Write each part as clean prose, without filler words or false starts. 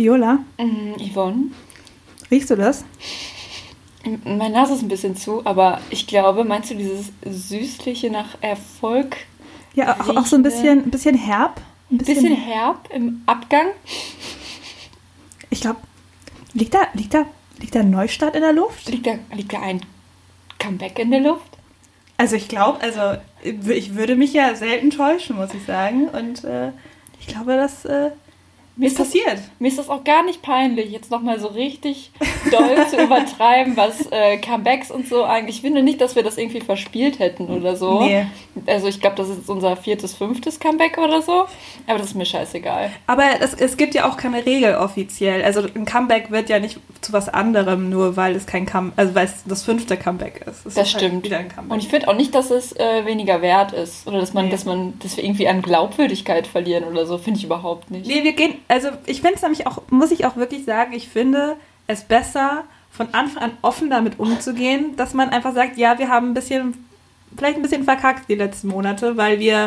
Viola? Yvonne? Riechst du das? Meine Nase ist ein bisschen zu, aber ich glaube, meinst du dieses süßliche nach Erfolg? Ja, auch so ein bisschen herb. Ein bisschen herb im Abgang? Ich glaube, liegt da ein Neustart in der Luft? Liegt da ein Comeback in der Luft? Also ich glaube, ich würde mich ja selten täuschen, muss ich sagen. Und ich glaube, das ist passiert. Mir ist das auch gar nicht peinlich, jetzt nochmal so richtig doll zu übertreiben, was Comebacks und so eigentlich. Ich finde nicht, dass wir das irgendwie verspielt hätten oder so. Nee. Also ich glaube, das ist unser 4., 5. Comeback oder so. Aber das ist mir scheißegal. Aber es gibt ja auch keine Regel offiziell. Also ein Comeback wird ja nicht zu was anderem, nur weil es weil es das 5. Comeback ist. Das stimmt. Halt wieder ein Comeback. Und ich finde auch nicht, dass es weniger wert ist. Oder dass wir irgendwie an Glaubwürdigkeit verlieren oder so. Finde ich überhaupt nicht. Nee, ich finde es nämlich auch, muss ich auch wirklich sagen, ich finde es besser, von Anfang an offen damit umzugehen, dass man einfach sagt, ja, wir haben vielleicht ein bisschen verkackt die letzten Monate, weil wir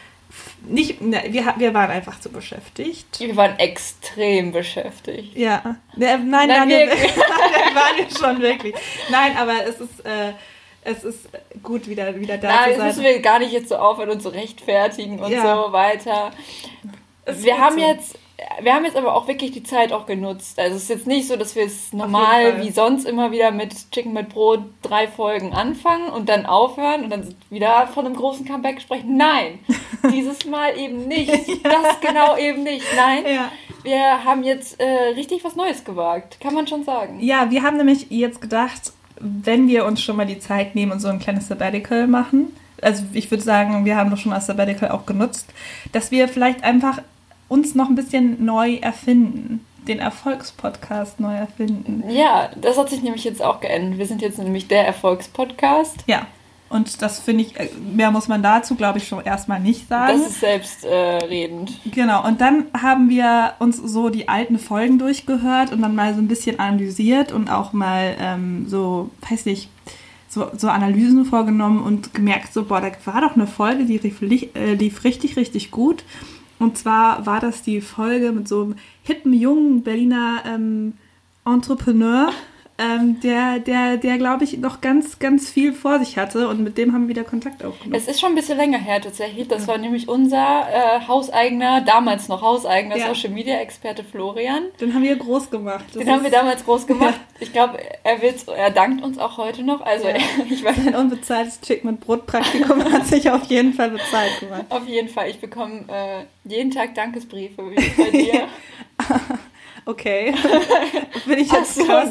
waren einfach zu beschäftigt. Wir waren extrem beschäftigt. Ja. Nein, wir waren ja schon wirklich. Nein, aber es ist gut, wieder da zu sein. Nein, das müssen wir gar nicht jetzt so aufhören und so rechtfertigen und so weiter. Wir haben jetzt aber auch wirklich die Zeit auch genutzt. Also es ist jetzt nicht so, dass wir es normal wie sonst immer wieder mit Chicken mit Brot 3 Folgen anfangen und dann aufhören und dann wieder von einem großen Comeback sprechen. Nein, dieses Mal eben nicht. Das genau eben nicht. Nein, wir haben jetzt richtig was Neues gewagt. Kann man schon sagen. Ja, wir haben nämlich jetzt gedacht, wenn wir uns schon mal die Zeit nehmen und so ein kleines Sabbatical machen, also ich würde sagen, wir haben doch schon das Sabbatical auch genutzt, dass wir vielleicht einfach uns noch ein bisschen neu erfinden. Den Erfolgspodcast neu erfinden. Ja, das hat sich nämlich jetzt auch geändert. Wir sind jetzt nämlich der Erfolgspodcast. Ja, und das finde ich, mehr muss man dazu, glaube ich, schon erstmal nicht sagen. Das ist selbstredend. Genau, und dann haben wir uns so die alten Folgen durchgehört und dann mal so ein bisschen analysiert und auch mal so Analysen vorgenommen und gemerkt, so, da war doch eine Folge, die lief richtig, richtig gut. Und zwar war das die Folge mit so einem hippen, jungen Berliner Entrepreneur, der glaube ich, noch ganz, ganz viel vor sich hatte. Und mit dem haben wir wieder Kontakt aufgenommen. Es ist schon ein bisschen länger her tatsächlich. Das war nämlich unser damals noch hauseigener Social-Media-Experte Florian. Den haben wir groß gemacht. Den haben wir damals groß gemacht. Ich glaube, er dankt uns auch heute noch. Also ich weiß, sein unbezahltes Chicken mit Brot-Praktikum hat sich auf jeden Fall bezahlt gemacht. Auf jeden Fall. Ich bekomme jeden Tag Dankesbriefe bei dir. Okay. Bin ich jetzt krass.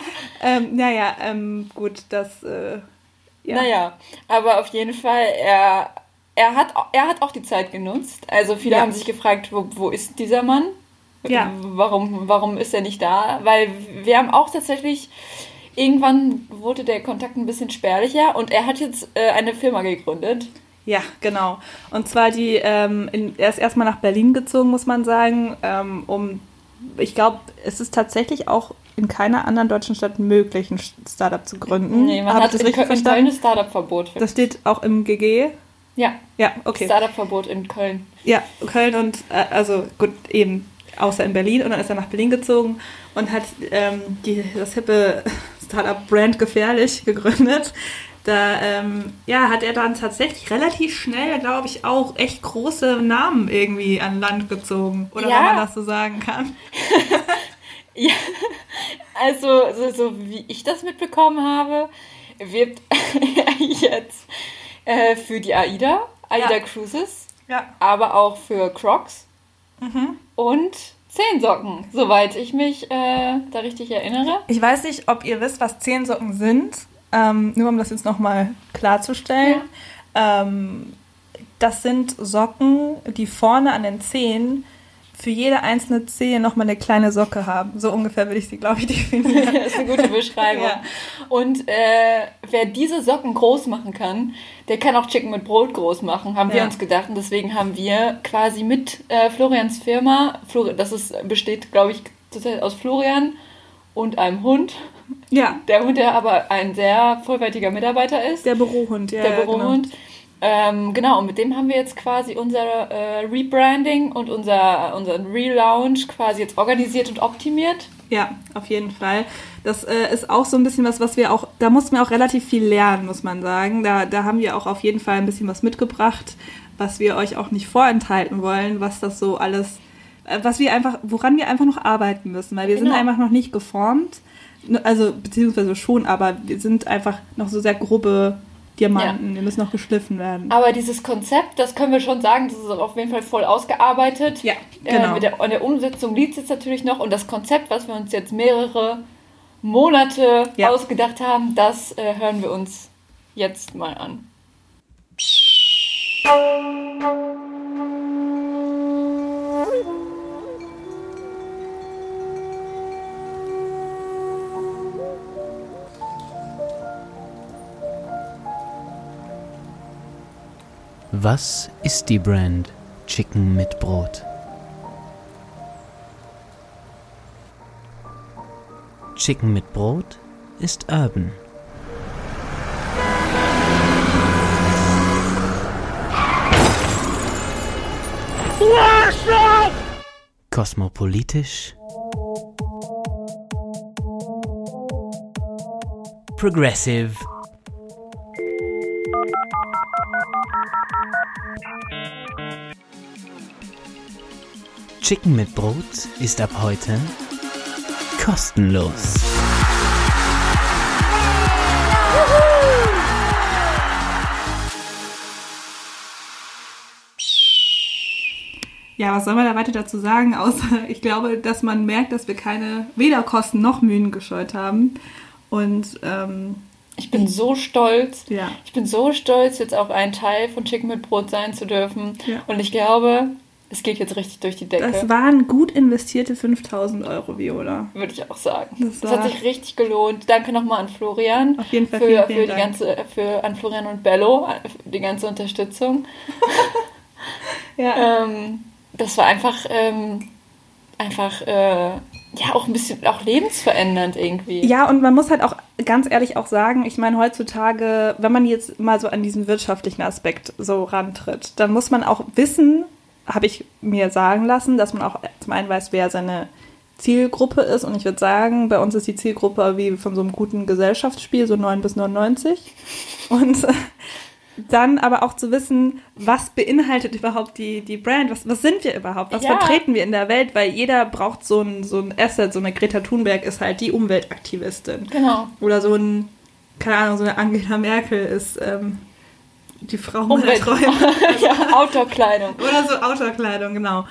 Gut, das, Naja, aber auf jeden Fall, er hat auch die Zeit genutzt. Also viele haben sich gefragt, wo ist dieser Mann? Ja. Warum ist er nicht da? Weil wir haben auch tatsächlich, irgendwann wurde der Kontakt ein bisschen spärlicher und er hat jetzt eine Firma gegründet. Ja, genau. Und zwar er ist erstmal nach Berlin gezogen, muss man sagen, ich glaube, es ist tatsächlich auch in keiner anderen deutschen Stadt möglich, ein Startup zu gründen. Nee, man hat in Köln ein Startup-Verbot. Das steht auch im GG? Ja. Ja, okay. Startup-Verbot in Köln. Ja, Köln und, eben außer in Berlin. Und dann ist er nach Berlin gezogen und hat das hippe Startup Brand Gefährlich gegründet. Da hat er dann tatsächlich relativ schnell, glaube ich, auch echt große Namen irgendwie an Land gezogen. Oder wenn man das so sagen kann. Ja, also so wie ich das mitbekommen habe, wirbt er jetzt für die AIDA Cruises, aber auch für Crocs und Zehensocken, soweit ich mich da richtig erinnere. Ich weiß nicht, ob ihr wisst, was Zehensocken sind. Nur um das jetzt nochmal klarzustellen. Ja. Das sind Socken, die vorne an den Zehen für jede einzelne Zehe nochmal eine kleine Socke haben. So ungefähr würde ich sie, glaube ich, definieren. Das ist eine gute Beschreibung. Ja. Und wer diese Socken groß machen kann, der kann auch Chicken mit Brot groß machen, haben wir uns gedacht. Und deswegen haben wir quasi mit Florians Firma, besteht, glaube ich, zurzeit aus Florian und einem Hund. Ja. Der Hund, der aber ein sehr vollwertiger Mitarbeiter ist. Der Bürohund, ja. Der Bürohund. Genau. Genau, und mit dem haben wir jetzt quasi unser Rebranding und unseren Relaunch quasi jetzt organisiert und optimiert. Ja, auf jeden Fall. Das ist auch so ein bisschen was wir auch, da mussten wir auch relativ viel lernen, muss man sagen. Da haben wir auch auf jeden Fall ein bisschen was mitgebracht, was wir euch auch nicht vorenthalten wollen, was das so alles, woran wir einfach noch arbeiten müssen, weil wir sind einfach noch nicht geformt, also beziehungsweise schon, aber wir sind einfach noch so sehr grobe Diamanten, wir müssen noch geschliffen werden. Aber dieses Konzept, das können wir schon sagen, das ist auf jeden Fall voll ausgearbeitet. Ja, genau. An der Umsetzung liegt es jetzt natürlich noch. Und das Konzept, was wir uns jetzt mehrere Monate ausgedacht haben, das hören wir uns jetzt mal an. Was ist die Brand Chicken mit Brot? Chicken mit Brot ist urban. Kosmopolitisch. Progressive. Chicken mit Brot ist ab heute kostenlos. Ja, was soll man da weiter dazu sagen, außer ich glaube, dass man merkt, dass wir weder Kosten noch Mühen gescheut haben. Und ich bin so stolz. Ja. Ich bin so stolz, jetzt auch ein Teil von Chicken mit Brot sein zu dürfen. Ja. Und ich glaube, es geht jetzt richtig durch die Decke. Das waren gut investierte 5.000 €, Viola. Würde ich auch sagen. Das hat sich richtig gelohnt. Danke nochmal an Florian. Auf jeden Fall vielen Dank. An Florian und Bello für die ganze Unterstützung. Ja. Das war einfach auch ein bisschen auch lebensverändernd irgendwie. Ja, und man muss halt auch ganz ehrlich auch sagen, ich meine heutzutage, wenn man jetzt mal so an diesen wirtschaftlichen Aspekt so rantritt, dann muss man auch wissen, habe ich mir sagen lassen, dass man auch zum einen weiß, wer seine Zielgruppe ist. Und ich würde sagen, bei uns ist die Zielgruppe wie von so einem guten Gesellschaftsspiel, so 9 bis 99. Und dann aber auch zu wissen, was beinhaltet überhaupt die Brand, was sind wir überhaupt, was vertreten wir in der Welt, weil jeder braucht so ein Asset, so eine Greta Thunberg ist halt die Umweltaktivistin. Genau. Oder so keine Ahnung, so eine Angela Merkel ist die Frau meiner Träume. Ja, Outdoor-Kleidung. Oder so Outdoor-Kleidung, genau.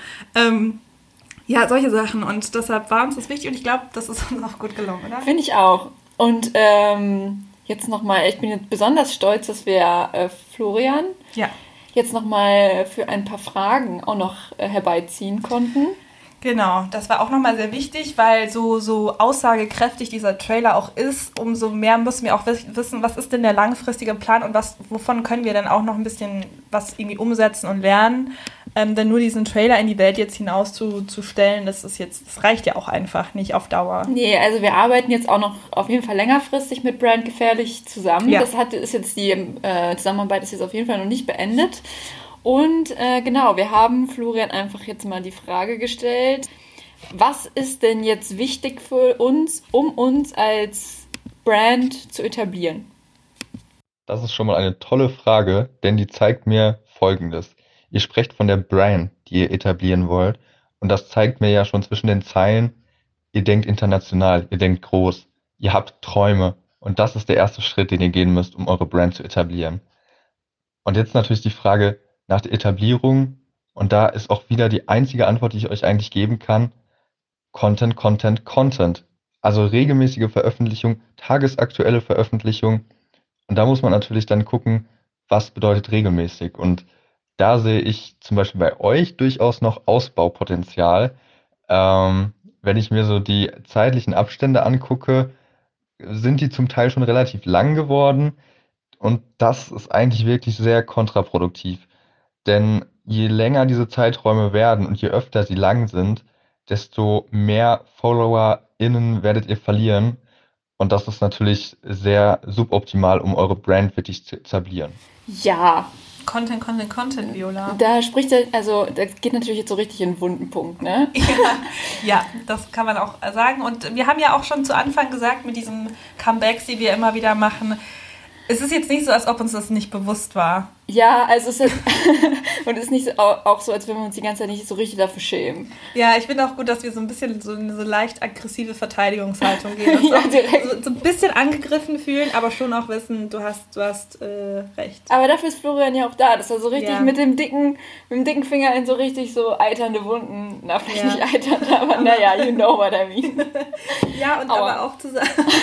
Ja, solche Sachen. Und deshalb war uns das wichtig und ich glaube, das ist uns auch gut gelungen, oder? Finde ich auch. Und jetzt nochmal, ich bin jetzt besonders stolz, dass wir Florian jetzt nochmal für ein paar Fragen auch noch herbeiziehen konnten. Genau, das war auch nochmal sehr wichtig, weil so aussagekräftig dieser Trailer auch ist, umso mehr müssen wir auch wissen, was ist denn der langfristige Plan und wovon können wir dann auch noch ein bisschen was irgendwie umsetzen und lernen. Denn nur diesen Trailer in die Welt jetzt hinauszustellen, das reicht ja auch einfach nicht auf Dauer. Nee, also wir arbeiten jetzt auch noch auf jeden Fall längerfristig mit Brand Gefährlich zusammen. Ja. Die Zusammenarbeit ist jetzt auf jeden Fall noch nicht beendet. Und genau, wir haben Florian einfach jetzt mal die Frage gestellt, was ist denn jetzt wichtig für uns, um uns als Brand zu etablieren? Das ist schon mal eine tolle Frage, denn die zeigt mir Folgendes. Ihr sprecht von der Brand, die ihr etablieren wollt. Und das zeigt mir ja schon zwischen den Zeilen, ihr denkt international, ihr denkt groß, ihr habt Träume. Und das ist der erste Schritt, den ihr gehen müsst, um eure Brand zu etablieren. Und jetzt natürlich die Frage nach der Etablierung. Und da ist auch wieder die einzige Antwort, die ich euch eigentlich geben kann, Content, Content, Content. Also regelmäßige Veröffentlichung, tagesaktuelle Veröffentlichung. Und da muss man natürlich dann gucken, was bedeutet regelmäßig. Und da sehe ich zum Beispiel bei euch durchaus noch Ausbaupotenzial. Wenn ich mir so die zeitlichen Abstände angucke, sind die zum Teil schon relativ lang geworden. Und das ist eigentlich wirklich sehr kontraproduktiv. Denn je länger diese Zeiträume werden und je öfter sie lang sind, desto mehr FollowerInnen werdet ihr verlieren. Und das ist natürlich sehr suboptimal, um eure Brand wirklich zu etablieren. Ja, Content, Viola. Da spricht er, also das geht natürlich jetzt so richtig in den wunden Punkt, ne? Ja, das kann man auch sagen. Und wir haben ja auch schon zu Anfang gesagt, mit diesen Comebacks, die wir immer wieder machen, es ist jetzt nicht so, als ob uns das nicht bewusst war. Ja, also es ist und es ist nicht auch so, als wenn wir uns die ganze Zeit nicht so richtig dafür schämen. Ja, ich finde auch gut, dass wir so ein bisschen so eine so leicht aggressive Verteidigungshaltung gehen. Und ja, direkt. So ein bisschen angegriffen fühlen, aber schon auch wissen, du hast recht. Aber dafür ist Florian ja auch da, dass er so richtig mit dem dicken Finger in so richtig so eiternde Wunden, vielleicht nicht eiternde, aber naja, you know what I mean. Ja, und aber auch zu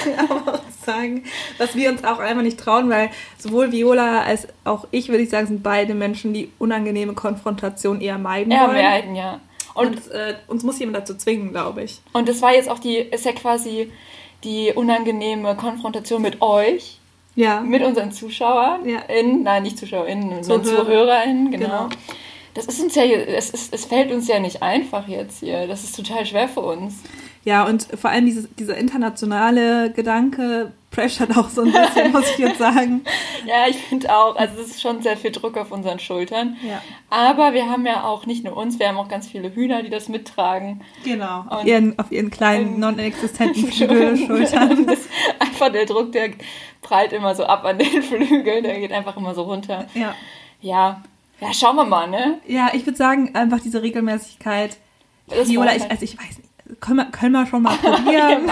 sagen, dass wir uns auch einfach nicht trauen, weil sowohl Viola als auch ich, würde ich sagen, sind beide Menschen, die unangenehme Konfrontation eher meiden wollen. Meiden, ja. Und uns muss jemand dazu zwingen, glaube ich. Und das war jetzt auch ist ja quasi die unangenehme Konfrontation mit euch. Ja. Mit unseren Zuschauern. Ja. Nicht ZuschauerInnen, sondern ZuhörerInnen, genau. Das ist uns ja, es fällt uns ja nicht einfach jetzt hier. Das ist total schwer für uns. Ja, und vor allem dieser internationale Gedanke pressured auch so ein bisschen, muss ich jetzt sagen. Ja, ich finde auch. Also es ist schon sehr viel Druck auf unseren Schultern. Ja. Aber wir haben ja auch nicht nur uns, wir haben auch ganz viele Hühner, die das mittragen. Genau, auf ihren kleinen, non-existenten Flügelschultern. Einfach der Druck, der prallt immer so ab an den Flügeln, der geht einfach immer so runter. Ja. Ja, schauen wir mal, ne? Ja, ich würde sagen, einfach diese Regelmäßigkeit. Viola, ich weiß nicht. Können wir schon mal probieren?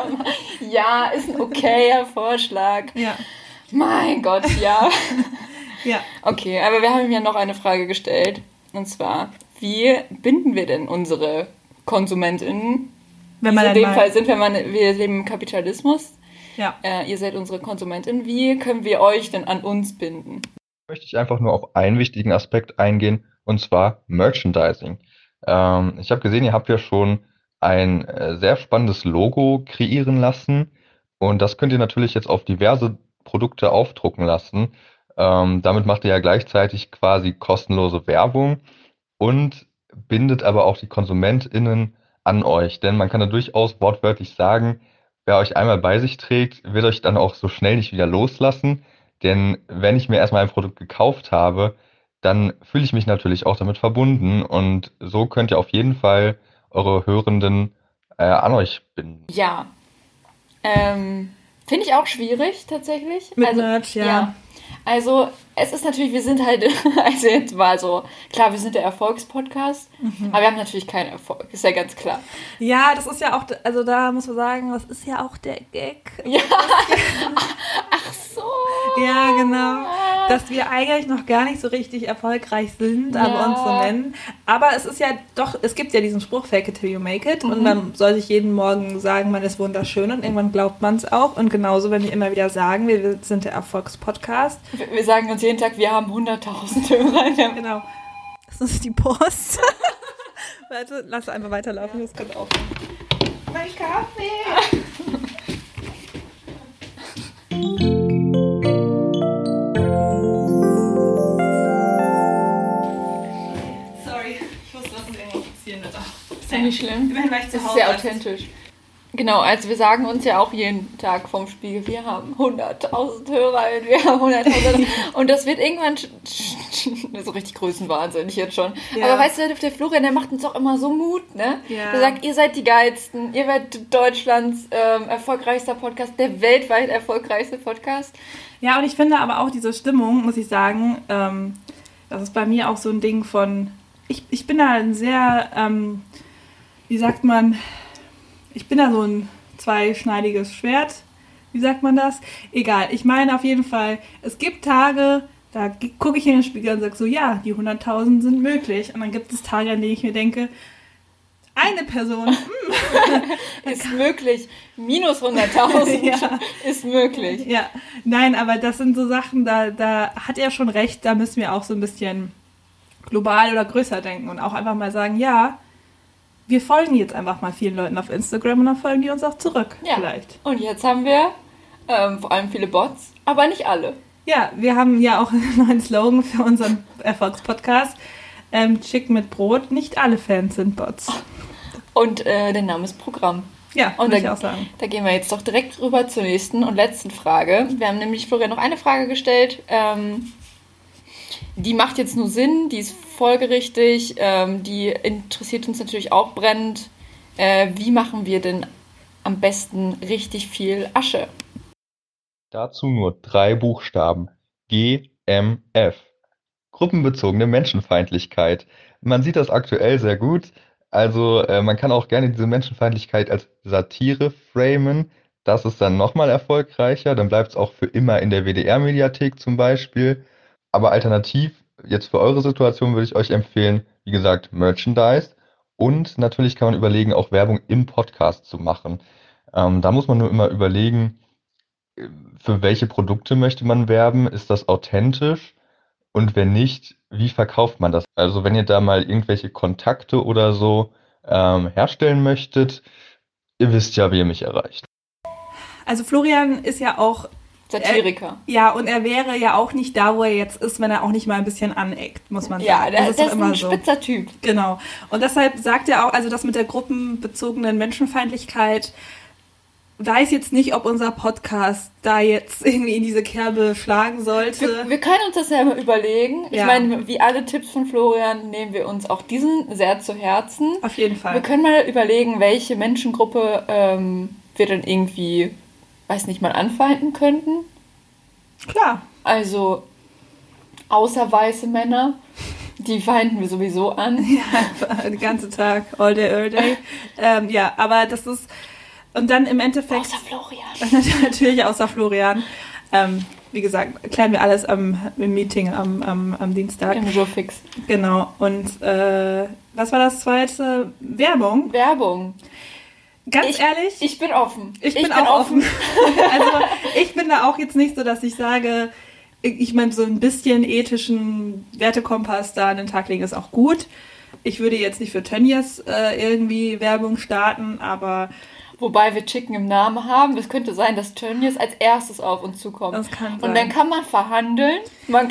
Ja, ist ein okayer Vorschlag. Ja. Mein Gott, ja. Ja. Okay, aber wir haben ihm ja noch eine Frage gestellt. Und zwar, wie binden wir denn unsere KonsumentInnen? Wenn man in dem Fall sind, wir leben im Kapitalismus. Ja. Ihr seid unsere KonsumentInnen. Wie können wir euch denn an uns binden? Möchte ich einfach nur auf einen wichtigen Aspekt eingehen, und zwar Merchandising. Ich habe gesehen, ihr habt ja schon ein sehr spannendes Logo kreieren lassen und das könnt ihr natürlich jetzt auf diverse Produkte aufdrucken lassen. Damit macht ihr ja gleichzeitig quasi kostenlose Werbung und bindet aber auch die KonsumentInnen an euch, denn man kann da durchaus wortwörtlich sagen, wer euch einmal bei sich trägt, wird euch dann auch so schnell nicht wieder loslassen, denn wenn ich mir erstmal ein Produkt gekauft habe, dann fühle ich mich natürlich auch damit verbunden und so könnt ihr auf jeden Fall eure Hörenden an euch binden. Ja, finde ich auch schwierig tatsächlich. Mit Merch, ja. Also es ist natürlich, wir sind halt, also jetzt mal so, klar, wir sind der Erfolgspodcast, aber wir haben natürlich keinen Erfolg, ist ja ganz klar. Ja, das ist ja auch, also da muss man sagen, das ist ja auch der Gag. Ja, ach so. Ja, genau, dass wir eigentlich noch gar nicht so richtig erfolgreich sind, aber uns so nennen. Aber es ist ja doch, es gibt ja diesen Spruch, fake it till you make it und man soll sich jeden Morgen sagen, man ist wunderschön und irgendwann glaubt man es auch und genauso, wenn wir immer wieder sagen, wir sind der Erfolgspodcast. Wir sagen uns jeden Tag, wir haben 100.000 Hörer. Genau. Das ist die Post. Warte, lass einfach weiterlaufen, das kommt auf. Mein Kaffee! Sorry, ich wusste, dass es irgendwas passieren wird. Ist ja nicht schlimm. Das ist sehr authentisch. Genau, also wir sagen uns ja auch jeden Tag vom Spiegel, wir haben 100.000 Hörer, wir haben 100.000 und das wird irgendwann so richtig Größenwahnsinn jetzt schon. Ja. Aber weißt du, der Florian, der macht uns doch immer so Mut, ne? Ja. Der sagt, ihr seid die Geilsten, ihr werdet Deutschlands erfolgreichster Podcast, der weltweit erfolgreichste Podcast. Ja, und ich finde aber auch diese Stimmung, muss ich sagen, das ist bei mir auch so ein Ding von, ich bin da ein sehr, wie sagt man, ich bin da so ein zweischneidiges Schwert. Wie sagt man das? Egal. Ich meine auf jeden Fall, es gibt Tage, da gucke ich in den Spiegel und sage so, ja, die 100.000 sind möglich. Und dann gibt es Tage, an denen ich mir denke, eine Person ist möglich. Minus 100.000 ist möglich. Ja, nein, aber das sind so Sachen, da hat er schon recht, da müssen wir auch so ein bisschen global oder größer denken und auch einfach mal sagen, ja, wir folgen jetzt einfach mal vielen Leuten auf Instagram und dann folgen die uns auch zurück, vielleicht. Und jetzt haben wir vor allem viele Bots, aber nicht alle. Ja, wir haben ja auch einen neuen Slogan für unseren Erfolgspodcast. Chicken mit Brot, nicht alle Fans sind Bots. Und der Name ist Programm. Ja, und würde ich auch sagen. Da gehen wir jetzt doch direkt rüber zur nächsten und letzten Frage. Wir haben nämlich Florian noch eine Frage gestellt. die macht jetzt nur Sinn, die ist folgerichtig, die interessiert uns natürlich auch brennend. Wie machen wir denn am besten richtig viel Asche? Dazu nur 3 Buchstaben. GMF. Gruppenbezogene Menschenfeindlichkeit. Man sieht das aktuell sehr gut. Also man kann auch gerne diese Menschenfeindlichkeit als Satire framen. Das ist dann nochmal erfolgreicher. Dann bleibt es auch für immer in der WDR-Mediathek zum Beispiel. Aber alternativ, jetzt für eure Situation würde ich euch empfehlen, wie gesagt, Merchandise. Und natürlich kann man überlegen, auch Werbung im Podcast zu machen. Da muss man nur immer überlegen, für welche Produkte möchte man werben? Ist das authentisch? Und wenn nicht, wie verkauft man das? Also wenn ihr da mal irgendwelche Kontakte oder so herstellen möchtet, ihr wisst ja, wie ihr mich erreicht. Also Florian ist ja auch Satiriker. Ja, und er wäre ja auch nicht da, wo er jetzt ist, wenn er auch nicht mal ein bisschen aneckt, muss man sagen. Ja, der ist ein spitzer Typ. Genau. Und deshalb sagt er auch, also das mit der gruppenbezogenen Menschenfeindlichkeit, weiß jetzt nicht, ob unser Podcast da jetzt irgendwie in diese Kerbe schlagen sollte. Wir können uns das ja mal überlegen. Ja. Ich meine, wie alle Tipps von Florian nehmen wir uns auch diesen sehr zu Herzen. Auf jeden Fall. Wir können mal überlegen, welche Menschengruppe wir dann irgendwie, weiß nicht, mal anfeinden könnten. Klar. Also, außer weiße Männer, die feinden wir sowieso an. Ja, den ganzen Tag, all day. Ja, aber das ist... Und dann im Endeffekt... Außer Florian. Natürlich außer Florian. Wie gesagt, klären wir alles im Meeting am Dienstag. Im Jurfix. Genau. Und was war das zweite? Werbung. Ganz ehrlich? Ich bin offen. Ich bin auch offen. Also ich bin da auch jetzt nicht so, dass ich sage, ich meine, so ein bisschen ethischen Wertekompass da an den Tag legen ist auch gut. Ich würde jetzt nicht für Tönnies irgendwie Werbung starten, aber... Wobei wir Chicken im Namen haben. Es könnte sein, dass Tönnies als erstes auf uns zukommt. Das kann sein. Und dann kann man verhandeln.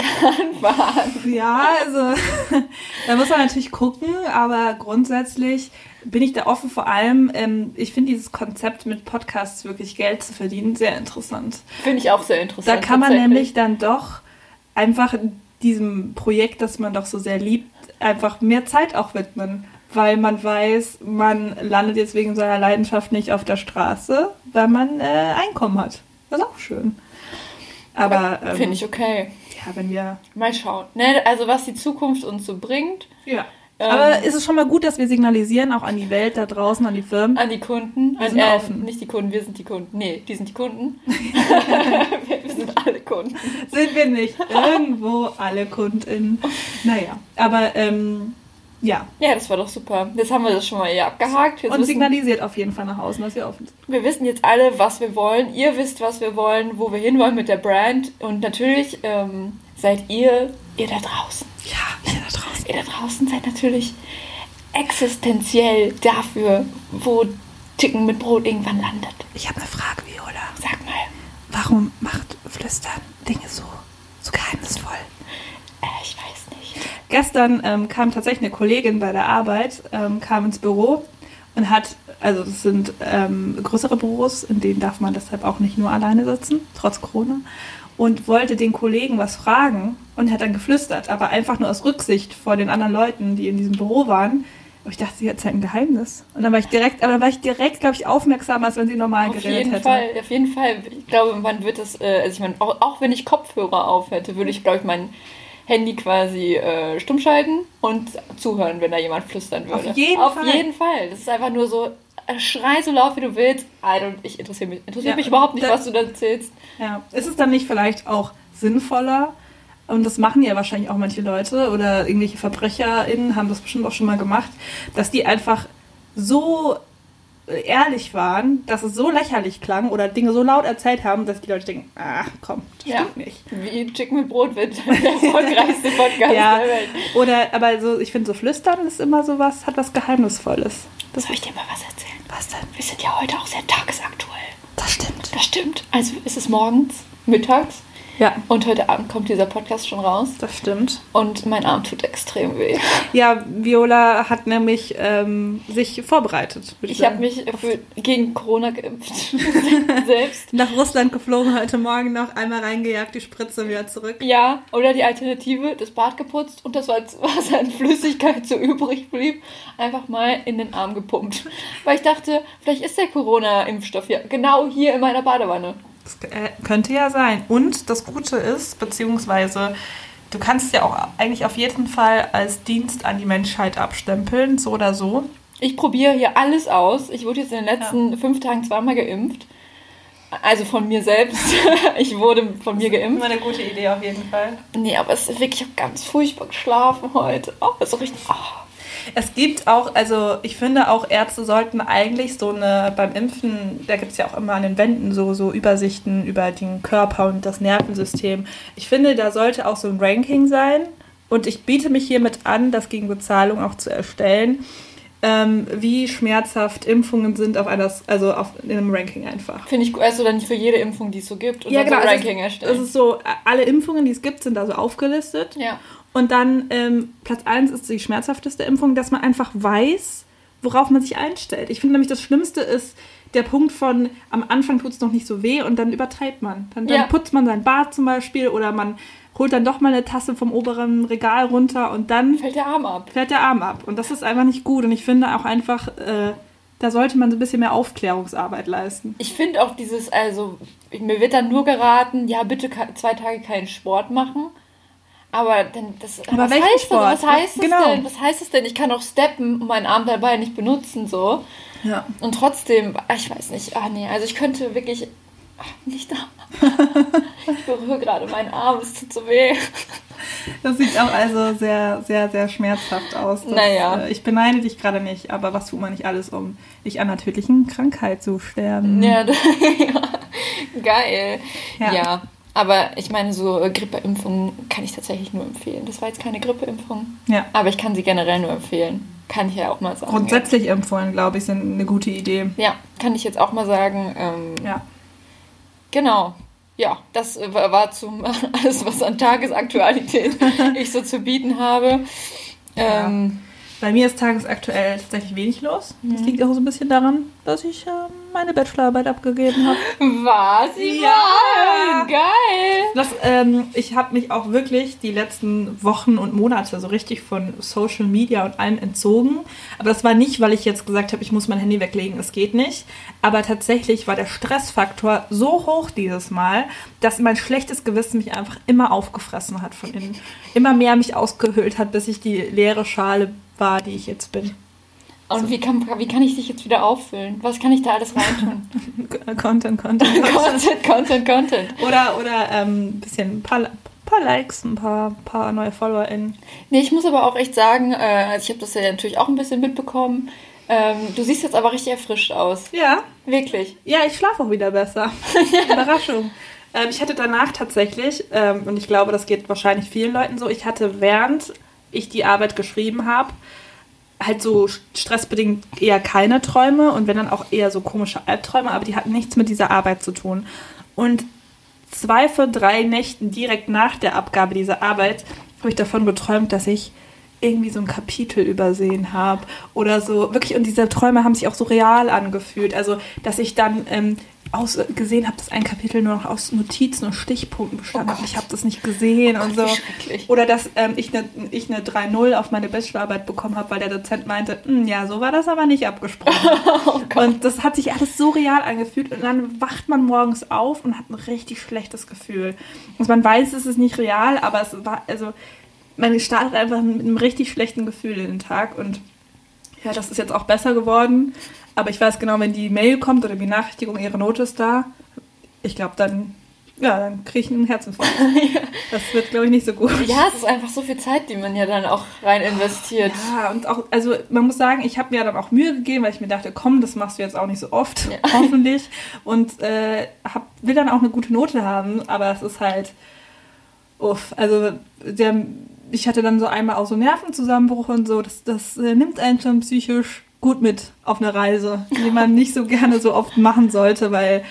Ja, also da muss man natürlich gucken, aber grundsätzlich bin ich da offen. Vor allem, ich finde dieses Konzept mit Podcasts wirklich Geld zu verdienen sehr interessant. Finde ich auch sehr interessant. Da kann man nämlich dann doch einfach diesem Projekt, das man doch so sehr liebt, einfach mehr Zeit auch widmen. Weil man weiß, man landet jetzt wegen seiner Leidenschaft nicht auf der Straße, weil man Einkommen hat. Das ist auch schön. Aber finde ich okay. Ja, wenn wir... Mal schauen. Ne? Also was die Zukunft uns so bringt. Ja. Aber ist es schon mal gut, dass wir signalisieren, auch an die Welt da draußen, an die Firmen? An die Kunden. Wir sind offen. Nicht die Kunden, wir sind die Kunden. Nee, die sind die Kunden. Wir sind alle Kunden. Sind wir nicht. Irgendwo alle KundInnen. Naja, aber... Ja. Ja, das war doch super. Jetzt haben wir das schon mal hier abgehakt. Und signalisiert auf jeden Fall nach außen, dass wir offen sind. Wir wissen jetzt alle, was wir wollen. Ihr wisst, was wir wollen, wo wir hinwollen mit der Brand. Und natürlich seid ihr da draußen. Ja, ihr da draußen. Ihr da draußen seid natürlich existenziell dafür, wo Chicken mit Brot irgendwann landet. Ich habe eine Frage, Viola. Sag mal. Warum macht Flüstern Dinge so geheimnisvoll? Ich weiß nicht. Gestern kam tatsächlich eine Kollegin bei der Arbeit, kam ins Büro und hat, also das sind größere Büros, in denen darf man deshalb auch nicht nur alleine sitzen, trotz Corona, und wollte den Kollegen was fragen und hat dann geflüstert, aber einfach nur aus Rücksicht vor den anderen Leuten, die in diesem Büro waren. Aber ich dachte, sie hat ein Geheimnis. Und dann war ich direkt, glaube ich, aufmerksamer, als wenn sie normal geredet hätte. Auf jeden Fall. Ich glaube, man wird das, also ich meine, auch wenn ich Kopfhörer auf hätte, würde ich, glaube ich, mein Handy quasi stumm schalten und zuhören, wenn da jemand flüstern würde. Auf jeden Fall. Das ist einfach nur so, schrei so laut, wie du willst. Ich interessiert mich überhaupt nicht, was du da erzählst. Ja, ist es dann nicht vielleicht auch sinnvoller, und das machen ja wahrscheinlich auch manche Leute oder irgendwelche VerbrecherInnen haben das bestimmt auch schon mal gemacht, dass die einfach so ehrlich waren, dass es so lächerlich klang oder Dinge so laut erzählt haben, dass die Leute denken, komm, das stimmt nicht. Wie Chicken mit Brot wird der erfolgreichste Podcast der Welt. Oder, aber so, ich finde so Flüstern ist immer so was, hat was Geheimnisvolles. Soll ich dir mal was erzählen? Was denn? Wir sind ja heute auch sehr tagesaktuell. Das stimmt. Also ist es morgens, mittags, Ja. Und heute Abend kommt dieser Podcast schon raus. Das stimmt. Und mein Arm tut extrem weh. Ja, Viola hat nämlich sich vorbereitet. Ich habe mich gegen Corona geimpft. Selbst. Nach Russland geflogen, heute Morgen noch einmal reingejagt, die Spritze wieder zurück. Ja, oder die Alternative, das Bad geputzt und das, was an Flüssigkeit so übrig blieb, einfach mal in den Arm gepumpt. Weil ich dachte, vielleicht ist der Corona-Impfstoff ja genau hier in meiner Badewanne. Das könnte ja sein. Und das Gute ist, beziehungsweise du kannst ja auch eigentlich auf jeden Fall als Dienst an die Menschheit abstempeln, so oder so. Ich probiere hier alles aus. Ich wurde jetzt in den letzten 5 Tagen 2-mal geimpft. Also von mir selbst. Ich wurde von mir geimpft. Das ist immer eine gute Idee auf jeden Fall. Nee, aber es ist wirklich, ich habe ganz furchtbar geschlafen heute. Oh, das ist so richtig... Oh. Es gibt auch, also ich finde auch Ärzte sollten eigentlich beim Impfen, da gibt es ja auch immer an den Wänden so Übersichten über den Körper und das Nervensystem. Ich finde, da sollte auch so ein Ranking sein und ich biete mich hiermit an, das gegen Bezahlung auch zu erstellen, wie schmerzhaft Impfungen sind in einem Ranking einfach. Finde ich gut, also dann für jede Impfung, die es so gibt und ja, dann genau, so ein Ranking erstellen. Das ist so, alle Impfungen, die es gibt, sind da so aufgelistet. Ja. Und dann Platz 1 ist die schmerzhafteste Impfung, dass man einfach weiß, worauf man sich einstellt. Ich finde nämlich, das Schlimmste ist der Punkt von, am Anfang tut es noch nicht so weh und dann übertreibt man. Dann putzt man sein Bad zum Beispiel oder man holt dann doch mal eine Tasse vom oberen Regal runter und dann fällt der Arm ab. Und das ist einfach nicht gut. Und ich finde auch einfach, da sollte man so ein bisschen mehr Aufklärungsarbeit leisten. Ich finde auch mir wird dann nur geraten, ja, bitte 2 Tage keinen Sport machen. Aber dann was heißt Sport? Was heißt das denn? Was heißt das denn? Ich kann auch steppen und meinen Arm dabei nicht benutzen, so. Ja. Und trotzdem, ich weiß nicht, also ich könnte wirklich nicht da. Ich berühre gerade meinen Arm, es tut so weh. Das sieht auch also sehr, sehr, sehr schmerzhaft aus. Ich beneide dich gerade nicht, aber was tut man nicht alles, um nicht an einer tödlichen Krankheit zu sterben? Ja, geil. Ja. Aber ich meine, so Grippeimpfungen kann ich tatsächlich nur empfehlen. Das war jetzt keine Grippeimpfung. Ja. Aber ich kann sie generell nur empfehlen. Kann ich ja auch mal sagen. Grundsätzlich Impfungen, glaube ich, sind eine gute Idee. Ja, kann ich jetzt auch mal sagen. Ja. Genau. Ja, das war alles, was an Tagesaktualität ich so zu bieten habe. Ja. Bei mir ist tagesaktuell tatsächlich wenig los. Das liegt auch so ein bisschen daran, dass ich meine Bachelorarbeit abgegeben habe. Was? Ja! Geil! Ich habe mich auch wirklich die letzten Wochen und Monate so richtig von Social Media und allem entzogen. Aber das war nicht, weil ich jetzt gesagt habe, ich muss mein Handy weglegen, es geht nicht. Aber tatsächlich war der Stressfaktor so hoch dieses Mal, dass mein schlechtes Gewissen mich einfach immer aufgefressen hat von innen. Immer mehr mich ausgehöhlt hat, bis ich die leere Schale war, die ich jetzt bin. Und so. Wie kann ich dich jetzt wieder auffüllen? Was kann ich da alles reintun? Content. Oder ein bisschen ein paar Likes, ein paar neue FollowerInnen. Nee, ich muss aber auch echt sagen, also ich habe das ja natürlich auch ein bisschen mitbekommen. Du siehst jetzt aber richtig erfrischt aus. Ja. Wirklich. Ja, ich schlafe auch wieder besser. Überraschung. Ich hatte danach tatsächlich, und ich glaube, das geht wahrscheinlich vielen Leuten so, ich hatte, während ich die Arbeit geschrieben habe, halt so stressbedingt eher keine Träume und wenn dann auch eher so komische Albträume, aber die hatten nichts mit dieser Arbeit zu tun. Und 2 von 3 Nächten direkt nach der Abgabe dieser Arbeit habe ich davon geträumt, dass ich irgendwie so ein Kapitel übersehen habe oder so. Wirklich, und diese Träume haben sich auch so real angefühlt. Also, dass ich dann gesehen habe, dass ein Kapitel nur noch aus Notizen und Stichpunkten bestand. Und ich habe das nicht gesehen und so. Oder dass ich eine 3-0 auf meine Bachelorarbeit bekommen habe, weil der Dozent meinte, ja, so war das aber nicht abgesprochen. Und das hat sich alles so real angefühlt und dann wacht man morgens auf und hat ein richtig schlechtes Gefühl. Also man weiß, es ist nicht real, aber es war, also man startet einfach mit einem richtig schlechten Gefühl in den Tag und ja, das ist jetzt auch besser geworden. Aber ich weiß genau, wenn die Mail kommt oder die Benachrichtigung, ihre Note ist da, ich glaube, dann kriege ich einen Herzinfarkt. Das wird, glaube ich, nicht so gut. Ja, es ist einfach so viel Zeit, die man ja dann auch rein investiert. Ja, und auch, also man muss sagen, ich habe mir dann auch Mühe gegeben, weil ich mir dachte, komm, das machst du jetzt auch nicht so oft, hoffentlich. Und will dann auch eine gute Note haben, aber es ist halt, also ich hatte dann so einmal auch so Nervenzusammenbruch und so, das nimmt einen schon psychisch gut mit auf eine Reise, die man nicht so gerne so oft machen sollte, weil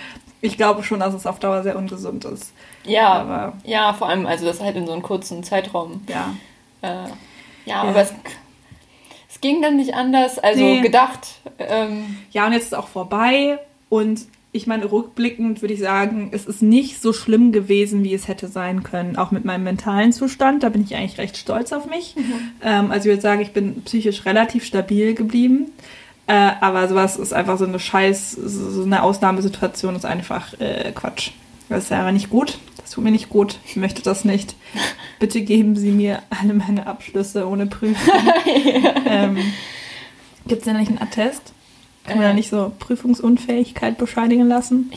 ich glaube schon, dass es auf Dauer sehr ungesund ist. Ja, aber ja, vor allem, also das halt in so einem kurzen Zeitraum. Ja. Aber es ging dann nicht anders, also gedacht. Ja, und jetzt ist es auch vorbei und ich meine, rückblickend würde ich sagen, es ist nicht so schlimm gewesen, wie es hätte sein können. Auch mit meinem mentalen Zustand, da bin ich eigentlich recht stolz auf mich. Also ich würde sagen, ich bin psychisch relativ stabil geblieben. Aber sowas ist einfach so eine Ausnahmesituation ist einfach Quatsch. Das ist ja aber nicht gut. Das tut mir nicht gut. Ich möchte das nicht. Bitte geben Sie mir alle meine Abschlüsse ohne Prüfung. Gibt es denn nicht einen Attest? Kann man da nicht so Prüfungsunfähigkeit bescheinigen lassen?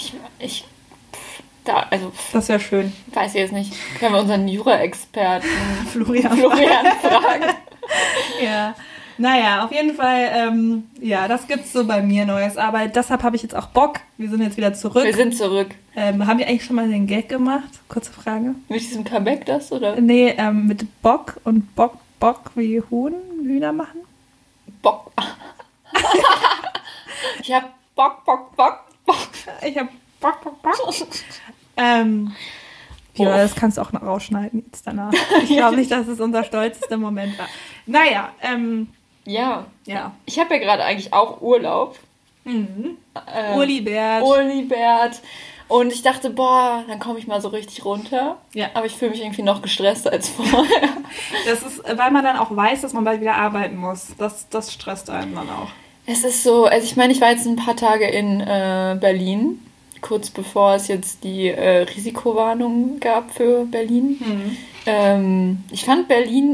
Das wäre schön. Weiß ich jetzt nicht. Können wir unseren Jura-Experten Florian fragen. Ja. Naja, auf jeden Fall, das gibt's so bei mir Neues. Aber deshalb habe ich jetzt auch Bock. Wir sind jetzt wieder zurück. Wir sind zurück. Haben wir eigentlich schon mal den Gag gemacht? Kurze Frage. Mit diesem Comeback das, oder? Nee, mit Bock und Bock wie Hühner machen. Bock. Ich hab Bock. Ich hab Bock. Ja, das kannst du auch noch rausschneiden jetzt danach. Ich glaube nicht, dass es unser stolzester Moment war. Naja, ja. Ich habe ja gerade eigentlich auch Urlaub. Urlibert. Und ich dachte, dann komme ich mal so richtig runter. Ja. Aber ich fühle mich irgendwie noch gestresster als vorher. Das ist, weil man dann auch weiß, dass man bald wieder arbeiten muss. Das stresst einen dann auch. Es ist so, also ich meine, ich war jetzt ein paar Tage in Berlin, kurz bevor es jetzt die Risikowarnung gab für Berlin. Ich fand Berlin,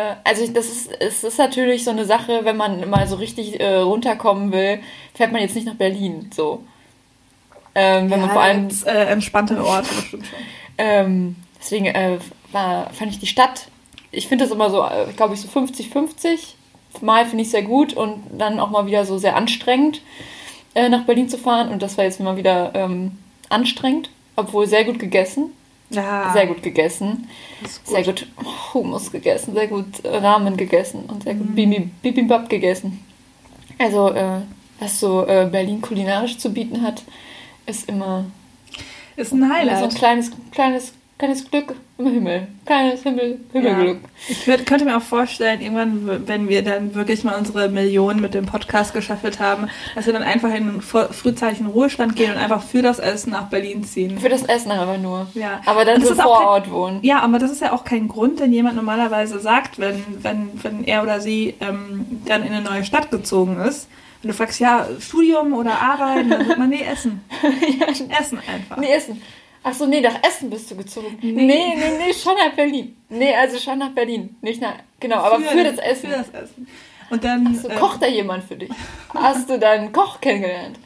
es ist natürlich so eine Sache, wenn man mal so richtig runterkommen will, fährt man jetzt nicht nach Berlin, so. Wenn man vor allem entspanntere Orte bestimmt schon. Deswegen fand ich die Stadt, ich finde das immer so, glaube ich, so 50-50. Mal finde ich sehr gut und dann auch mal wieder so sehr anstrengend, nach Berlin zu fahren. Und das war jetzt mal wieder anstrengend, obwohl sehr gut gegessen. Ja. Sehr gut gegessen. Sehr gut Hummus gegessen, sehr gut Ramen gegessen und sehr gut Bibimbap gegessen. Also, was so Berlin kulinarisch zu bieten hat, ist immer... Ist ein Highlight. So ein kleines Glück im Himmel. Kleines Himmelglück. Ja. Ich könnte mir auch vorstellen, irgendwann, wenn wir dann wirklich mal unsere Millionen mit dem Podcast geschaffelt haben, dass wir dann einfach in frühzeitigen Ruhestand gehen und einfach für das Essen nach Berlin ziehen. Für das Essen aber nur. Ja. Aber dann so vor Ort wohnen. Ja, aber das ist ja auch kein Grund, den jemand normalerweise sagt, wenn er oder sie dann in eine neue Stadt gezogen ist. Wenn du fragst, ja, Studium oder Arbeiten, dann sagt man, nee, Essen. Essen einfach. Nee, Essen. Achso, nee, nach Essen bist du gezogen. Nee, schon nach Berlin. Nee, also schon nach Berlin. Nicht nach, genau, aber für das Essen. Für das Essen. Und dann... Achso, kocht da jemand für dich? Hast du da einen Koch kennengelernt?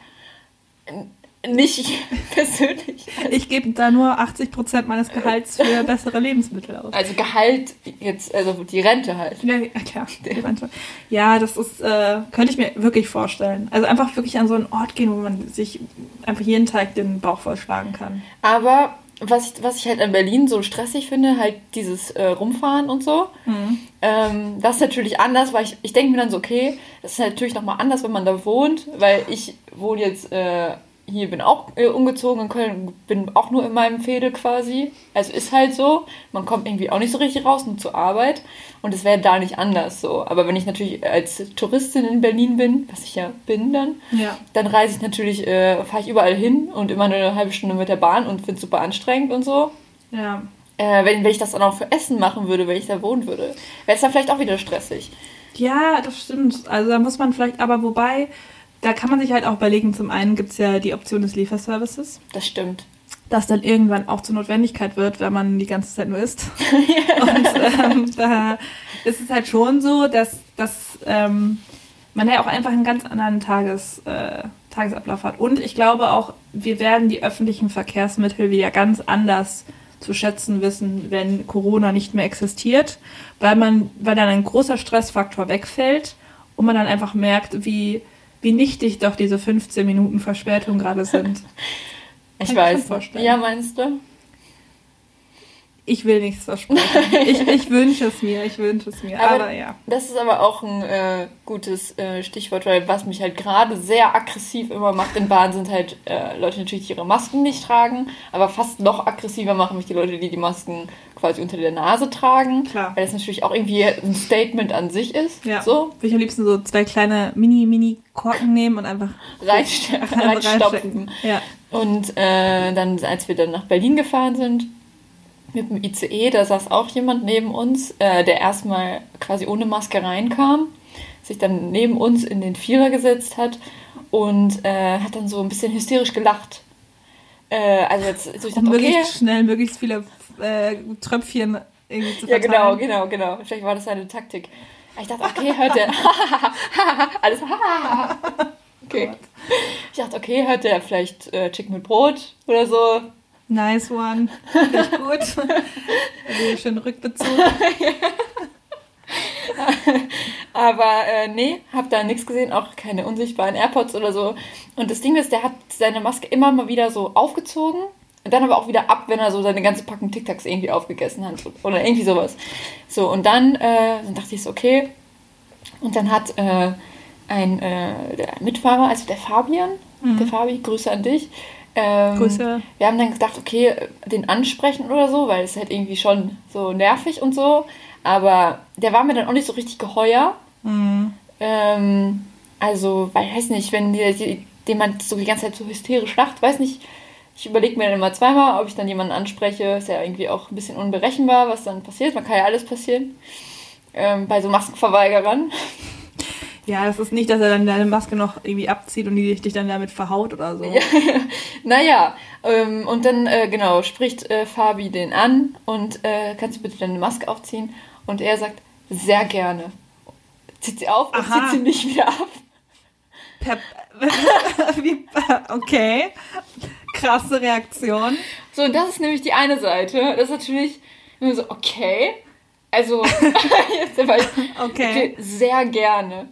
Nicht ich persönlich. Ich gebe da nur 80% meines Gehalts für bessere Lebensmittel aus. Also Gehalt jetzt, also die Rente halt. Ja, klar. Ja, das ist, könnte ich mir wirklich vorstellen. Also einfach wirklich an so einen Ort gehen, wo man sich einfach jeden Tag den Bauch vollschlagen kann. Aber was ich halt an Berlin so stressig finde, halt dieses Rumfahren und so. Das ist natürlich anders, weil ich denke mir dann so, okay, das ist natürlich nochmal anders, wenn man da wohnt, weil ich wohne jetzt... Hier bin auch umgezogen in Köln, bin auch nur in meinem Veedel quasi. Also ist halt so. Man kommt irgendwie auch nicht so richtig raus, nur zur Arbeit. Und es wäre da nicht anders so. Aber wenn ich natürlich als Touristin in Berlin bin, was ich ja bin dann reise ich natürlich, fahre ich überall hin und immer eine halbe Stunde mit der Bahn und finde es super anstrengend und so. Ja. Wenn ich das dann auch für Essen machen würde, wenn ich da wohnen würde, wäre es dann vielleicht auch wieder stressig. Ja, das stimmt. Also da muss man vielleicht, aber wobei... Da kann man sich halt auch überlegen, zum einen gibt es ja die Option des Lieferservices. Das stimmt. Das dann irgendwann auch zur Notwendigkeit wird, wenn man die ganze Zeit nur isst. Und da ist es halt schon so, dass man ja auch einfach einen ganz anderen Tagesablauf hat. Und ich glaube auch, wir werden die öffentlichen Verkehrsmittel wieder ganz anders zu schätzen wissen, wenn Corona nicht mehr existiert, weil dann ein großer Stressfaktor wegfällt und man dann einfach merkt, wie nichtig doch diese 15 Minuten Verspätung gerade sind. Ich weiß. Ja, meinst du? Ich will nichts versprechen. Ich wünsche es mir, aber ja. Das ist aber auch ein gutes Stichwort, weil was mich halt gerade sehr aggressiv immer macht in Bahn sind halt Leute natürlich, die ihre Masken nicht tragen, aber fast noch aggressiver machen mich die Leute, die Masken quasi unter der Nase tragen. Klar. Weil das natürlich auch irgendwie ein Statement an sich ist. Ja. So. Würde ich am liebsten so 2 kleine Mini-Korken nehmen und einfach reinstopfen. Ja. Und dann, als wir dann nach Berlin gefahren sind, mit dem ICE, da saß auch jemand neben uns, der erstmal quasi ohne Maske reinkam, sich dann neben uns in den Vierer gesetzt hat und hat dann so ein bisschen hysterisch gelacht. Also jetzt, so ich dachte, möglichst schnell, möglichst viele Tröpfchen irgendwie zu verteilen. Ja, genau. Vielleicht war das seine Taktik. Ich dachte, okay, hört der alles okay. Ich dachte, okay, hört der vielleicht Chicken mit Brot oder so. Nice one. Richtig gut. Schön Rückbezug. Aber nee, hab da nichts gesehen, auch keine unsichtbaren AirPods oder so. Und das Ding ist, der hat seine Maske immer mal wieder so aufgezogen und dann aber auch wieder ab, wenn er so seine ganze Packung Tic Tacs irgendwie aufgegessen hat oder irgendwie sowas. So, und dann dachte ich so, okay. Und dann hat der Mitfahrer, also der Fabian, der Fabi, Grüße an dich, Grüße. Wir haben dann gedacht, okay, den ansprechen oder so, weil es halt irgendwie schon so nervig und so. Aber der war mir dann auch nicht so richtig geheuer. Also, weil, weiß nicht, wenn jemand so die ganze Zeit so hysterisch lacht, weiß nicht, ich überlege mir dann immer zweimal, ob ich dann jemanden anspreche. Ist ja irgendwie auch ein bisschen unberechenbar, was dann passiert. Man kann ja alles passieren. Bei so Maskenverweigerern. Ja, das ist nicht, dass er dann deine Maske noch irgendwie abzieht und die dich dann damit verhaut oder so. Ja, naja, und dann, genau, spricht Fabi den an und kannst du bitte deine Maske aufziehen? Und er sagt, sehr gerne. Zieht sie auf und zieht sie nicht wieder ab. Okay, krasse Reaktion. So, und das ist nämlich die eine Seite. Das ist natürlich immer so, okay, also, jetzt okay, sehr gerne.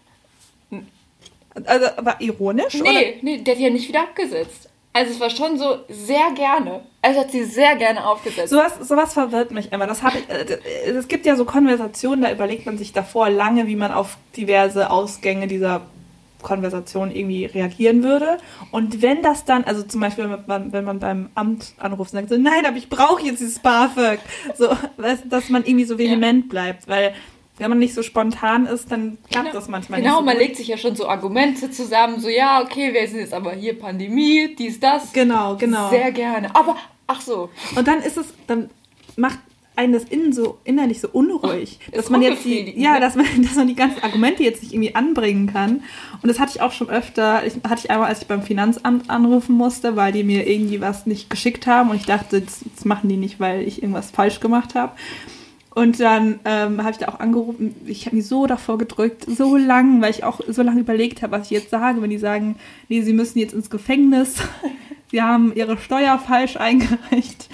Also, war ironisch? Nee, der hat ja nicht wieder abgesetzt. Also es war schon so sehr gerne. Also hat sie sehr gerne aufgesetzt. Sowas verwirrt mich immer. Es gibt ja so Konversationen, da überlegt man sich davor lange, wie man auf diverse Ausgänge dieser Konversation irgendwie reagieren würde. Und wenn das dann, also zum Beispiel, wenn man beim Amt anruft und sagt so, nein, aber ich brauche jetzt dieses BAföG. So, dass man irgendwie so vehement bleibt, weil wenn man nicht so spontan ist, dann klappt das manchmal nicht so man gut. legt sich ja schon so Argumente zusammen, so ja, okay, wir sind jetzt aber hier Pandemie, dies, das. Genau. Sehr gerne. Aber, ach so. Und dann macht einen das innerlich so unruhig, dass man jetzt dass man die ganzen Argumente jetzt nicht irgendwie anbringen kann. Und das hatte ich auch schon öfter, einmal, als ich beim Finanzamt anrufen musste, weil die mir irgendwie was nicht geschickt haben und ich dachte, das machen die nicht, weil ich irgendwas falsch gemacht habe. Und dann habe ich da auch angerufen, ich habe mich so davor gedrückt, so lang, weil ich auch so lange überlegt habe, was ich jetzt sage, wenn die sagen, nee, sie müssen jetzt ins Gefängnis, sie haben ihre Steuer falsch eingereicht.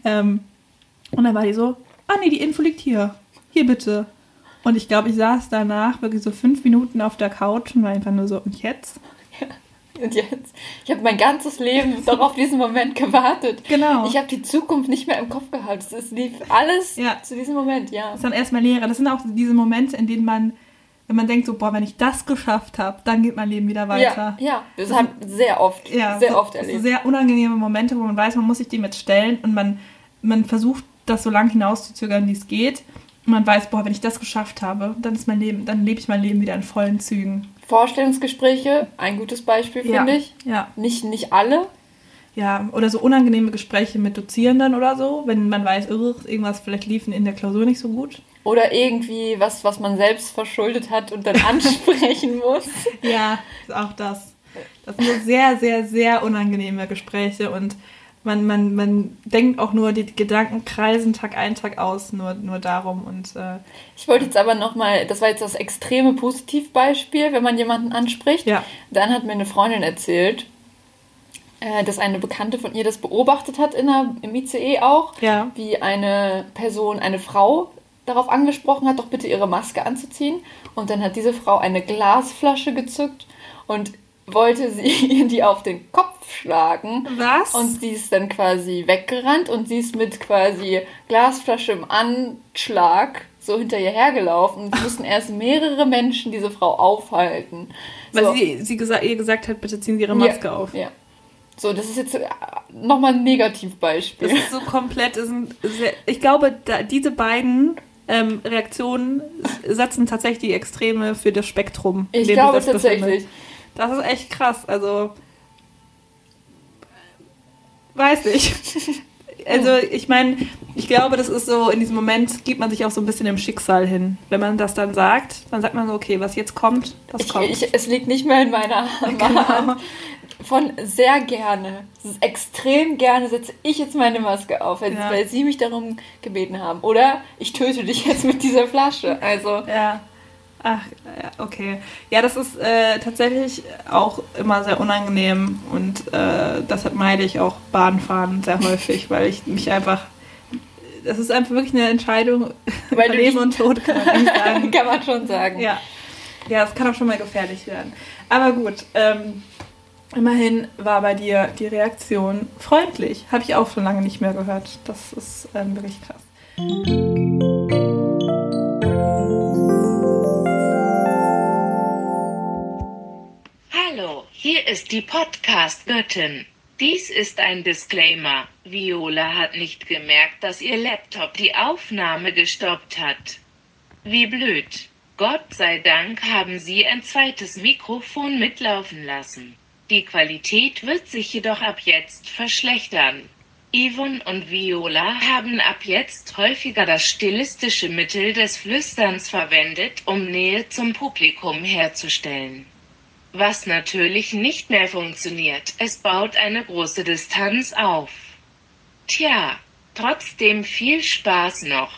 Und dann war die so, nee, die Info liegt hier bitte. Und ich glaube, ich saß danach wirklich so 5 Minuten auf der Couch und war einfach nur so, und jetzt? Ja. Und jetzt? Ich habe mein ganzes Leben doch auf diesen Moment gewartet. Genau. Ich habe die Zukunft nicht mehr im Kopf gehalten. Es lief alles zu diesem Moment, ja. Das ist dann erstmal Lehre. Das sind auch diese Momente, in denen man, wenn man denkt so, boah, wenn ich das geschafft habe, dann geht mein Leben wieder weiter. Ja. Das haben sehr oft erlebt. So sehr unangenehme Momente, wo man weiß, man muss sich dem jetzt stellen und man versucht, das so lange hinauszuzögern, wie es geht. Und man weiß, boah, wenn ich das geschafft habe, dann lebe ich mein Leben wieder in vollen Zügen. Vorstellungsgespräche, ein gutes Beispiel, finde ich. Ja. Nicht alle. Ja, oder so unangenehme Gespräche mit Dozierenden oder so, wenn man weiß, irgendwas vielleicht lief in der Klausur nicht so gut. Oder irgendwie was man selbst verschuldet hat und dann ansprechen muss. Ja, ist auch das. Das sind so sehr, sehr, sehr unangenehme Gespräche und man denkt auch nur, die Gedanken kreisen Tag ein, Tag aus, nur darum. Und ich wollte jetzt aber nochmal, das war jetzt das extreme Positivbeispiel, wenn man jemanden anspricht. Ja. Dann hat mir eine Freundin erzählt, dass eine Bekannte von ihr das beobachtet hat im ICE auch, wie eine Person, eine Frau darauf angesprochen hat, doch bitte ihre Maske anzuziehen. Und dann hat diese Frau eine Glasflasche gezückt und wollte sie die auf den Kopf schlagen. Was? Und sie ist dann quasi weggerannt und sie ist mit quasi Glasflasche im Anschlag so hinter ihr hergelaufen. Und es mussten erst mehrere Menschen diese Frau aufhalten. Weil so. ihr gesagt hat, bitte ziehen Sie Ihre Maske auf. Ja. So, das ist jetzt nochmal ein Negativbeispiel. Das ist so komplett, ich glaube, diese beiden Reaktionen setzen tatsächlich die Extreme für das Spektrum. Ich glaube tatsächlich. Das ist echt krass, also weiß nicht. Also ich meine, ich glaube, das ist so, in diesem Moment gibt man sich auch so ein bisschen dem Schicksal hin. Wenn man das dann sagt man so, okay, was jetzt kommt, das kommt. Es liegt nicht mehr in meiner Hand. Genau. Von sehr gerne, extrem gerne setze ich jetzt meine Maske auf, weil sie mich darum gebeten haben. Oder ich töte dich jetzt mit dieser Flasche. Also ja. Ach, okay. Ja, das ist tatsächlich auch immer sehr unangenehm und deshalb meide ich auch Bahnfahren sehr häufig, weil ich mich einfach, das ist einfach wirklich eine Entscheidung über Leben und Tod, kann man nicht sagen. Kann man schon sagen. Ja, es kann auch schon mal gefährlich werden. Aber gut, immerhin war bei dir die Reaktion freundlich. Habe ich auch schon lange nicht mehr gehört. Das ist wirklich krass. Hallo, hier ist die Podcast-Göttin. Dies ist ein Disclaimer. Viola hat nicht gemerkt, dass ihr Laptop die Aufnahme gestoppt hat. Wie blöd. Gott sei Dank haben sie ein zweites Mikrofon mitlaufen lassen. Die Qualität wird sich jedoch ab jetzt verschlechtern. Yvonne und Viola haben ab jetzt häufiger das stilistische Mittel des Flüsterns verwendet, um Nähe zum Publikum herzustellen. Was natürlich nicht mehr funktioniert, es baut eine große Distanz auf. Tja, trotzdem viel Spaß noch.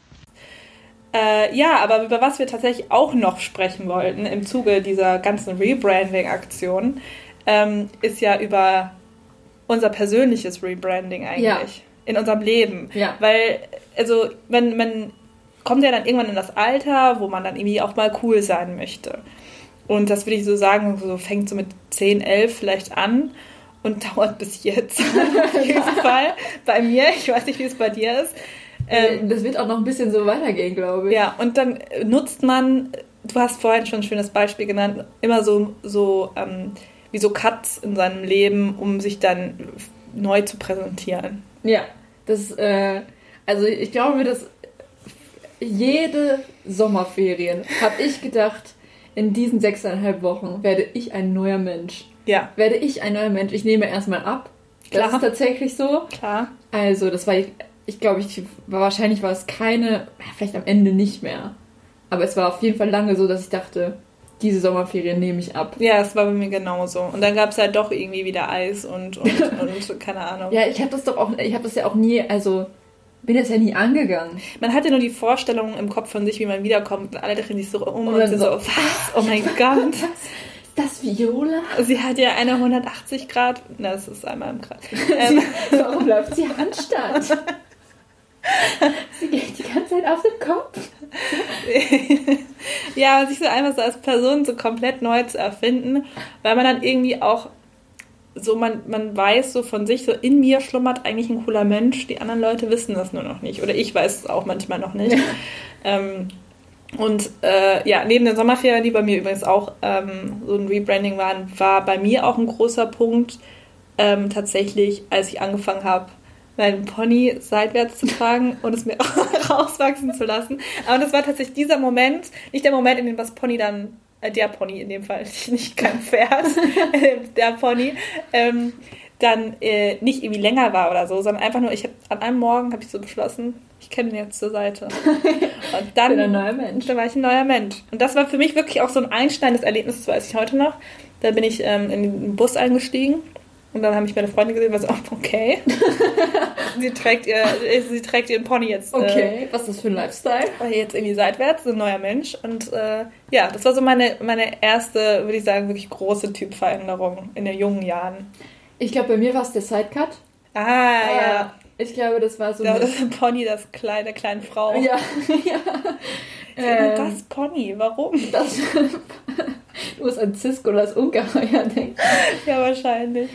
Ja, aber über was wir tatsächlich auch noch sprechen wollten im Zuge dieser ganzen Rebranding-Aktion, ist ja über unser persönliches Rebranding eigentlich in unserem Leben. Ja. Weil, also, man kommt ja dann irgendwann in das Alter, wo man dann irgendwie auch mal cool sein möchte. Und das würde ich so sagen, so fängt so mit 10, 11 vielleicht an und dauert bis jetzt. Auf jeden Fall. Bei mir, ich weiß nicht, wie es bei dir ist. Das wird auch noch ein bisschen so weitergehen, glaube ich. Ja, und dann nutzt man, du hast vorhin schon ein schönes Beispiel genannt, immer so wie so Cuts in seinem Leben, um sich dann neu zu präsentieren. Ja, also ich glaube, dass jede Sommerferien habe ich gedacht, in diesen 6,5 Wochen werde ich ein neuer Mensch. Ja. Werde ich ein neuer Mensch. Ich nehme erstmal ab. Klar. Das ist tatsächlich so. Klar. Also, das war, ich glaube, wahrscheinlich war es keine, vielleicht am Ende nicht mehr. Aber es war auf jeden Fall lange so, dass ich dachte, diese Sommerferien nehme ich ab. Ja, es war bei mir genauso. Und dann gab es halt doch irgendwie wieder Eis und keine Ahnung. Ja, ich habe das ja auch nie, also bin das ja nie angegangen. Man hatte nur die Vorstellung im Kopf von sich, wie man wiederkommt und alle drehen sich so um und sind so, was? Oh mein Gott. Ist das Viola? Sie hat ja eine 180 Grad, das ist einmal im Grad. Warum läuft sie anstatt? Sie geht die ganze Zeit auf den Kopf. Ja, sich so einfach so als Person so komplett neu zu erfinden, weil man dann irgendwie auch so, man weiß so von sich, so in mir schlummert eigentlich ein cooler Mensch, die anderen Leute wissen das nur noch nicht. Oder ich weiß es auch manchmal noch nicht. Neben den Sommerferien, die bei mir übrigens auch so ein Rebranding waren, war bei mir auch ein großer Punkt tatsächlich, als ich angefangen habe, meinen Pony seitwärts zu tragen und es mir rauswachsen zu lassen. Aber das war tatsächlich dieser Moment, nicht der Moment, in dem das Pony dann der Pony in dem Fall, nicht kein Pferd, der Pony, dann nicht irgendwie länger war oder so, sondern einfach nur, an einem Morgen habe ich so beschlossen, ich kenne ihn jetzt zur Seite. Und dann, bin ein neuer Mensch. Dann war ich ein neuer Mensch. Und das war für mich wirklich auch so ein einschneidendes Erlebnis, das weiß ich heute noch. Da bin ich in den Bus eingestiegen und dann habe ich meine Freundin gesehen und war so, okay. sie trägt ihren Pony jetzt. Okay, was ist das für ein Lifestyle? Jetzt irgendwie seitwärts, so ein neuer Mensch. Und das war so meine erste, würde ich sagen, wirklich große Typveränderung in den jungen Jahren. Ich glaube, bei mir war es der Sidecut. Ja. Ich glaube, das war so... Ja, das Pony, der kleinen Frau. Ja. Das Pony, warum? Du muss an Cisco das Ungeheuer denken. Ja, wahrscheinlich.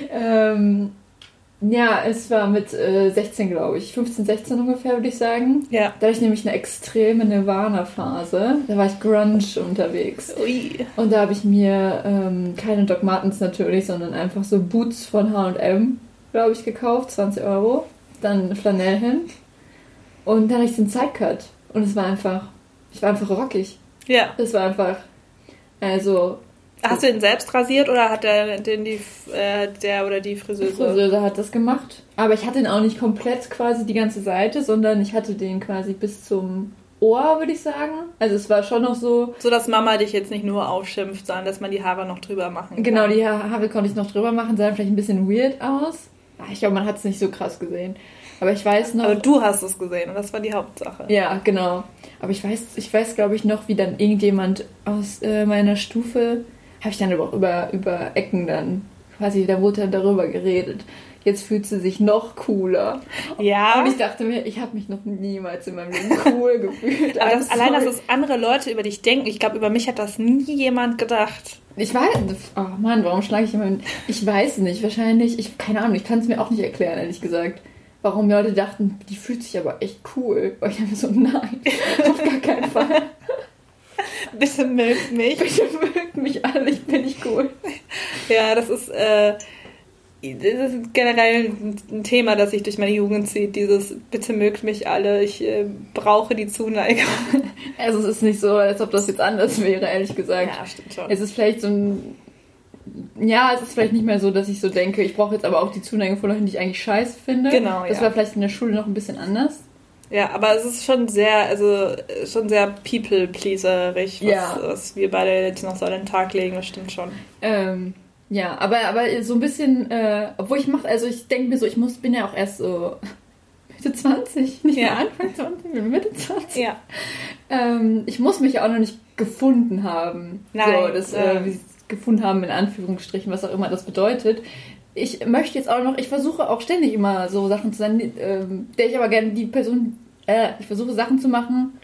Ja, es war mit 16, glaube ich. 15, 16 ungefähr, würde ich sagen. Ja. Da hatte ich nämlich eine extreme Nirvana-Phase. Da war ich Grunge unterwegs. Ui. Und da habe ich mir keine Doc Martens natürlich, sondern einfach so Boots von H&M, glaube ich, gekauft. 20 €. Dann Flanell hin. Und dann hatte ich den Sidecut. Und ich war einfach rockig. Ja. Das war einfach, also... Hast du den selbst rasiert oder hat der oder die Friseuse? Die Friseuse hat das gemacht. Aber ich hatte den auch nicht komplett quasi die ganze Seite, sondern ich hatte den quasi bis zum Ohr, würde ich sagen. Also es war schon noch so... So, dass Mama dich jetzt nicht nur ausschimpft, sondern dass man die Haare noch drüber machen kann. Genau, die Haare konnte ich noch drüber machen, sahen vielleicht ein bisschen weird aus. Ich glaube, man hat es nicht so krass gesehen. Aber ich weiß noch... Aber du hast es gesehen und das war die Hauptsache. Ja, genau. Aber ich weiß, glaube ich, noch, wie dann irgendjemand aus meiner Stufe... Habe ich dann aber auch über Ecken dann quasi, da wurde dann darüber geredet. Jetzt fühlt sie sich noch cooler. Ja. Und ich dachte mir, ich habe mich noch niemals in meinem Leben cool gefühlt. Aber allein, dass es andere Leute über dich denken, ich glaube, über mich hat das nie jemand gedacht. Ich weiß, oh Mann, warum schlage ich immer... Ich weiß nicht, wahrscheinlich, keine Ahnung, ich kann es mir auch nicht erklären, ehrlich gesagt. Warum Leute dachten, die fühlt sich aber echt cool. Und ich dachte so, nein, auf gar keinen Fall. Bitte mögt mich. Bitte mögt mich alle, ich bin nicht cool. Ja, das ist generell ein Thema, das sich durch meine Jugend zieht. Dieses Bitte mögt mich alle, ich brauche die Zuneigung. Also es ist nicht so, als ob das jetzt anders wäre, ehrlich gesagt. Ja, stimmt schon. Es ist vielleicht so ein... Ja, es ist vielleicht nicht mehr so, dass ich so denke, ich brauche jetzt aber auch die Zuneigung von Leuten, die ich eigentlich scheiße finde. Genau, Das war vielleicht in der Schule noch ein bisschen anders. Ja, aber es ist schon sehr people-pleaserig, was wir beide jetzt noch so an den Tag legen, das stimmt schon. Ja, aber so ein bisschen, obwohl ich denke mir so, bin ja auch erst so Mitte 20, nicht mehr Anfang 20, Mitte 20. Ja. Ich muss mich ja auch noch nicht gefunden haben. Nein. So, wie sie es gefunden haben, in Anführungsstrichen, was auch immer das bedeutet. Ich möchte jetzt auch noch, ich versuche auch ständig immer so Sachen zu sein, ich versuche Sachen zu machen,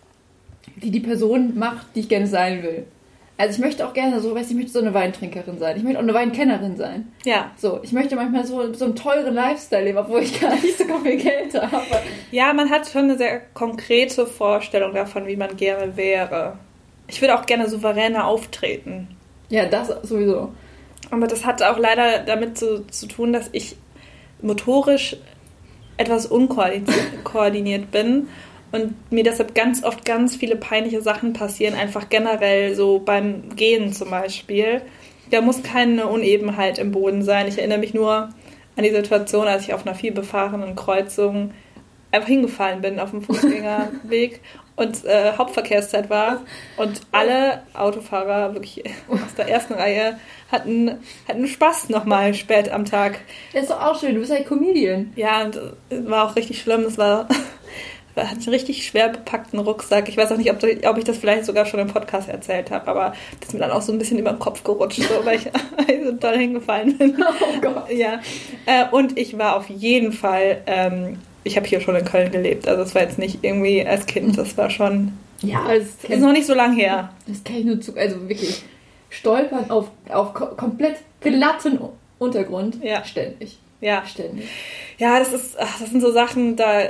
die Person macht, die ich gerne sein will. Also ich möchte auch gerne ich möchte so eine Weintrinkerin sein. Ich möchte auch eine Weinkennerin sein. Ja. So, ich möchte manchmal so einen teuren Lifestyle leben, obwohl ich gar nicht so viel Geld habe. Ja, man hat schon eine sehr konkrete Vorstellung davon, wie man gerne wäre. Ich würde auch gerne souveräner auftreten. Ja, das sowieso. Aber das hat auch leider damit zu tun, dass ich motorisch etwas unkoordiniert bin und mir deshalb ganz oft ganz viele peinliche Sachen passieren, einfach generell so beim Gehen zum Beispiel. Da muss keine Unebenheit im Boden sein. Ich erinnere mich nur an die Situation, als ich auf einer vielbefahrenen Kreuzung einfach hingefallen bin auf dem Fußgängerweg und Hauptverkehrszeit war und alle Autofahrer wirklich aus der ersten Reihe hatten Spaß nochmal spät am Tag. Das ist doch auch schön, du bist halt Comedian. Ja, und war auch richtig schlimm. Es hatte einen richtig schwer bepackten Rucksack. Ich weiß auch nicht, ob ich das vielleicht sogar schon im Podcast erzählt habe, aber das ist mir dann auch so ein bisschen über den Kopf gerutscht, so, weil ich so doll hingefallen bin. Oh Gott. Ja. Und ich war auf jeden Fall... ich habe hier schon in Köln gelebt, also das war jetzt nicht irgendwie als Kind, das war schon... Ja, das ist noch nicht so lang her. Das kann ich nur also wirklich stolpern auf komplett glatten Untergrund. Ja. Ständig. Ja. Ständig. Ja, das sind so Sachen, da